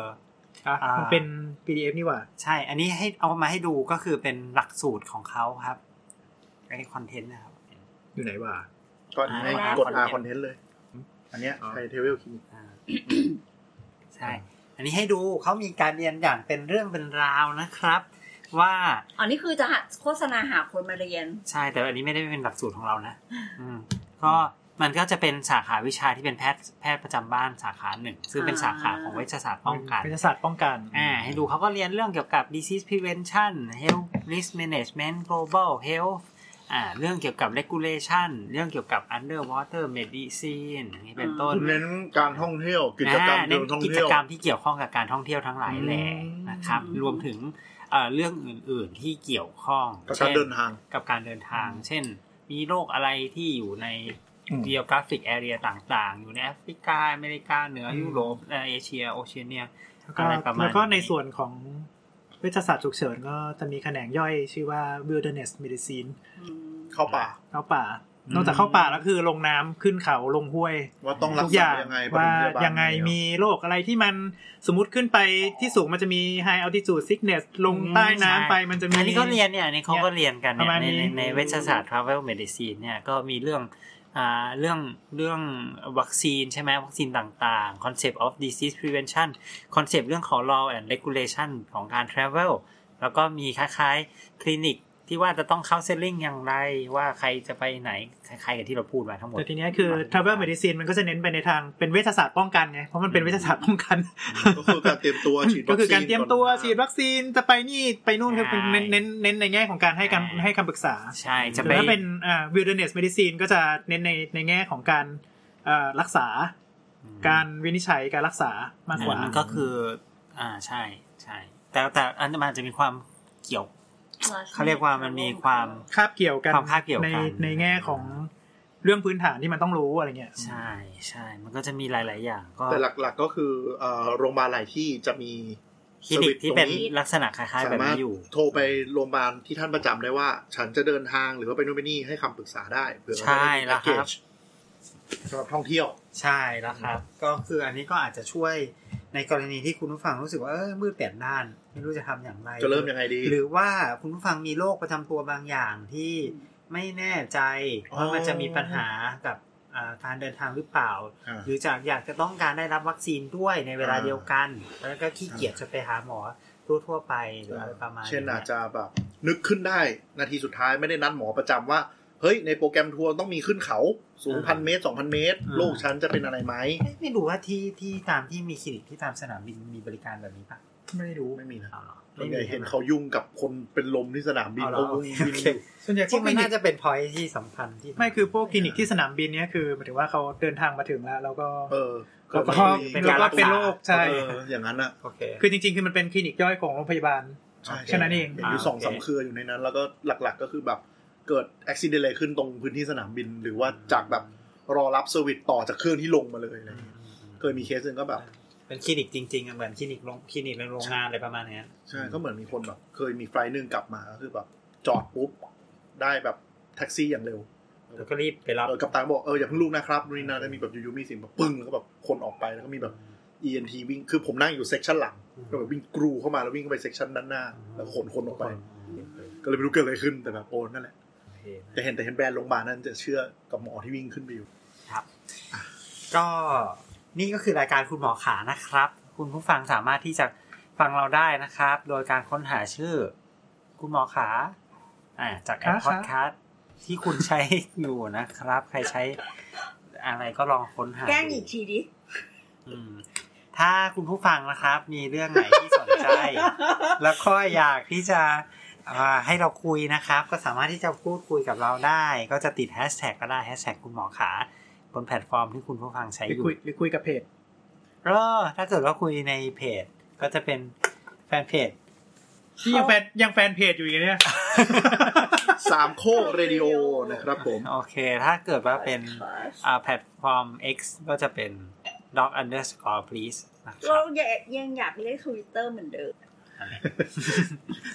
อ่ะมันเป็น พี ดี เอฟ นี่หว่าใช่อันนี้ให้เอามาให้ดูก็คือเป็นหลักสูตรของเขาครับไอ้คอนเทนต์นะครับอยู่ไหนวะก็ให้กดหาคอนเทนต์เลยอันเนี้ยไทเทเวลคีใช่อันนี้ให้ดูเขามีการเรียนอย่างเป็นเรื่องเป็นราวนะครับว่าอ๋อนี่คือจะโฆษณาหาคนมาเรียนใช่แต่อันนี้ไม่ได้เป็นหลักสูตรของเรานะอืมก็มันก็จะเป็นสาขาวิชาที่เป็นแพทย์แพทย์ประจำบ้านสาขาหนึ่งซึ่งเป็นสาขาของเวชศาสตร์ป้องกันเวชศาสตร์ป้องกันอ่าให้ดูเขาก็เรียนเรื่องเกี่ยวกับ disease prevention health risk management global health อ่าเรื่องเกี่ยวกับ regulation เรื่องเกี่ยวกับ underwater medicine อย่างนี้เป็นต้นเน้นการท่องเที่ยวกิจกรรมเรื่องท่องเที่ยวกิจกรรมที่เกี่ยวข้องกับการท่องเที่ยวทั้งหลายแหล่นะครับรวมถึงเอ่อเรื่องอื่นๆที่เกี่ยวข้องกับการเดินทางกับการเดินทางเช่นมีโรคอะไรที่อยู่ใน geographic area ต่างๆอยู่ในแอฟริกาอเมริกาเหนือยุโรปเอเชียโอเชียเนียอะไรประมาณแล้วก็ในส่วนของเวชศาสตร์ฉุกเฉินก็จะมีแขนงย่อยชื่อว่า wilderness medicine เข้าป่าเข้าป่านอกจากเข้าป่าแล้วคือลงน้ำขึ้นเขาลงห้วยว่าต้องรักษายังไงว่ายังไงมีโรคอะไรที่มันสมมุติขึ้นไปที่สูงมันจะมี high altitude sickness ลงใต้น้ำไปมันจะมีอันนี้ก็เรียนเนี่ยอันนี้เขาก็เรียนกันเนี่ยในในเวชศาสตร์ travel medicine เนี่ยก็มีเรื่องอ่าเรื่องเรื่องวัคซีนใช่ไหมวัคซีนต่างๆ concept of disease prevention concept เรื่องของ law and regulation ของการ travel แล้วก็มีคล้ายๆคลินิกที่ว่าจะต้องเข้าเซลลิ่งอย่างไรว่าใครจะไปไหนคล้ายๆกับที่เราพูดมาทั้งหมดแต่ทีนี้คือ travel medicine มันก็จะเน้นไปในทางเป็นเวชศาสตร์ป้องกันไงเพราะมันเป็นเวชศาสตร์ป้องกันก็คือการเตรียมตัวฉีดวัคซีนก็คือการเตรียมตัวฉีดวัคซีนจะไปนี่ไปนู่นคือเป็นเน้นเน้นเน้นในแง่ของการให้การให้คำปรึกษาใช่จะถ้าเป็นอ่า wilderness medicine ก็จะเน้นในในแง่ของการเอ่อรักษาการวินิจฉัยการรักษามากกว่าก็คืออ่าใช่ใช่แต่แต่อันนั้นมันจะมีความเกี่ยวเขาเรียกว่ามันมีความคาบเกี่ยวกันความคาบเกี่ยวกันในในแง่ของเรื่องพื้นฐานที่มันต้องรู้อะไรเงี้ยใช่ใช่มันก็จะมีหลายๆอย่างก็แต่หลักๆก็คือเอ่อโรงพยาบาลหลายที่จะมีคลินิกที่เป็นลักษณะคล้ายๆแบบนี้อยู่โทรไปโรงพยาบาลที่ท่านประจำได้ว่าฉันจะเดินทางหรือว่าไปนู่นไปนี่ให้คำปรึกษาได้เผื่อใช่แล้วครับสำหรับท่องเที่ยวใช่แล้วครับก็คืออันนี้ก็อาจจะช่วยในกรณีที่คุณผู้ฟังรู้สึกว่าเออมืดแปดด้านไม่รู้จะทำอย่างไรจะเริ่มยังไงดีหรือว่าคุณผู้ฟังมีโรคประจำตัวบางอย่างที่ไม่แน่ใจว่ามันจะมีปัญหากับการเดินทางหรือเปล่าหรือจากอยากจะต้องการได้รับวัคซีนด้วยในเวลาเดียวกันแล้วก็ขี้เกียจจะไปหาหมอทั่วๆไปหรืออะไรประมาณเช่นอาจจะแบบนึกขึ้นได้นาทีสุดท้ายไม่ได้นัดหมอประจำว่าเฮ้ยในโปรแกรมทัวร์ต้องมีขึ้นเขาสูง หนึ่งพัน เมตร สองพัน เมตรโลกฉันจะเป็นอะไรไหมไม่รู้ว่าที่ที่ตามที่มีคลินิกที่ตามสนามบินมีบริการแบบนี้ป่ะไม่รู้ไม่มีนะส่วนใหญ่เห็นเขายุ่งกับคนเป็นลมที่สนามบินเขาวิ่งบินส่วนใหญ่พวกนี้น่าจะเป็นพอยท์ที่สำคัญที่ไม่คือพวกคลินิกที่สนามบินเนี้ยคือหมายถึงว่าเขาเดินทางมาถึงแล้วแล้วก็เออแล้วก็เป็นโรคใช่อย่างนั้นอ่ะคือจริงๆคือมันเป็นคลินิกย่อยของโรงพยาบาลแค่นั้นเองอยู่สองสามเครืออยู่ในนั้นแล้วก็หลักๆก็คือแบบเกิดอุบัติเหตุอะไรขึ้นตรงพื้นที่สนามบินหรือว่าจากแบบรอรับเซอร์วิสต่อจากเครื่องที่ลงมาเลยอะไรอย่างเงี้ยเคยมีเคสนึงก็แบบเป็นคลินิกจริงๆอ่ะเหมือนคลินิกโรงคลินิกในโรงงานอะไรประมาณนี้ใช่ก็เหมือนมีคนแบบเคยมีไฟล์นึงกลับมาก็คือแบบจอดปุ๊บได้แบบแท็กซี่อย่างเร็วแล้วก็รีบไปรับกัปตันบอกเอออย่าเพิ่งลุกนะครับนี่นะแล้วมีแบบอยู่ๆมีเสียงแบบปึ้งแล้วก็แบบคนออกไปแล้วก็มีแบบ อี เอ็น ที วิ่งคือผมนั่งอยู่เซกชันหลังก็แบบวิ่งกรูเข้ามาแล้ววิ่งเข้าไปเซกชันด้านหน้าแล้วขนคนออกไปก็เลยไม่รู้เกิดอะไรขึ้นแต่แบบโอ้นั่นแหละแต่เห็นแต่เห็นแบรนด์โรงพยาบาลนั้นจะเชื่อกับหมอที่วิ่งขึ้นไปอยู่ครับก็นี่ก็คือรายการคุณหมอขานะครับคุณผู้ฟังสามารถที่จะฟังเราได้นะครับโดยการค้นหาชื่อคุณหมอขาอ่าจากแอปพอดแคสต์ที่คุณใช้อยู่นะครับใครใช้อะไรก็ลองค้นหาแกล้งอีกทีดิอืมถ้าคุณผู้ฟังนะครับมีเรื่องไหนที่สนใจแล้วก็อยากที่จะให้เราคุยนะครับก็สามารถที่จะพูดคุยกับเราได้ก็จะติดแฮชแท็กก็ได้แฮชแท็กคุณหมอขาบนแพลตฟอร์มที่คุณผู้ฟังใช้อยู่หรือคุยกับเพจก็ถ้าเกิดว่าคุยในเพจก็จะเป็นแฟนเพจที่ยังแฟนยังแฟนเพจอยู่อย่างเนี้ยสามโคกเรดิโอนะครับผมโอเคถ้าเกิดว่าเป็นอ่าแพลตฟอร์ม X ก็จะเป็น doc underscore please นะครับเรายังยังอยากเล่น Twitter เหมือนเดิมโ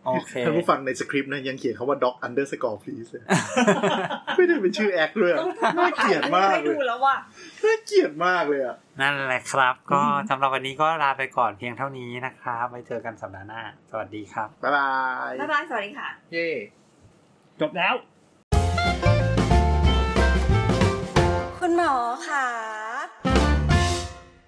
โอเคท่านผู้ฟังในสคริปต์นะยังเขียนคำว่า doc underscore please ไม่ได้เป็นชื่อแอคด้วยน่าเกลียดมากเลยน่าเกลียดมากเลยอ่ะนั่นแหละครับก็สำหรับวันนี้ก็ลาไปก่อนเพียงเท่านี้นะครับไว้เจอกันสัปดาห์หน้าสวัสดีครับบ๊ายบายบ๊ายบายสวัสดีค่ะเย้จบแล้วคุณหมอคะ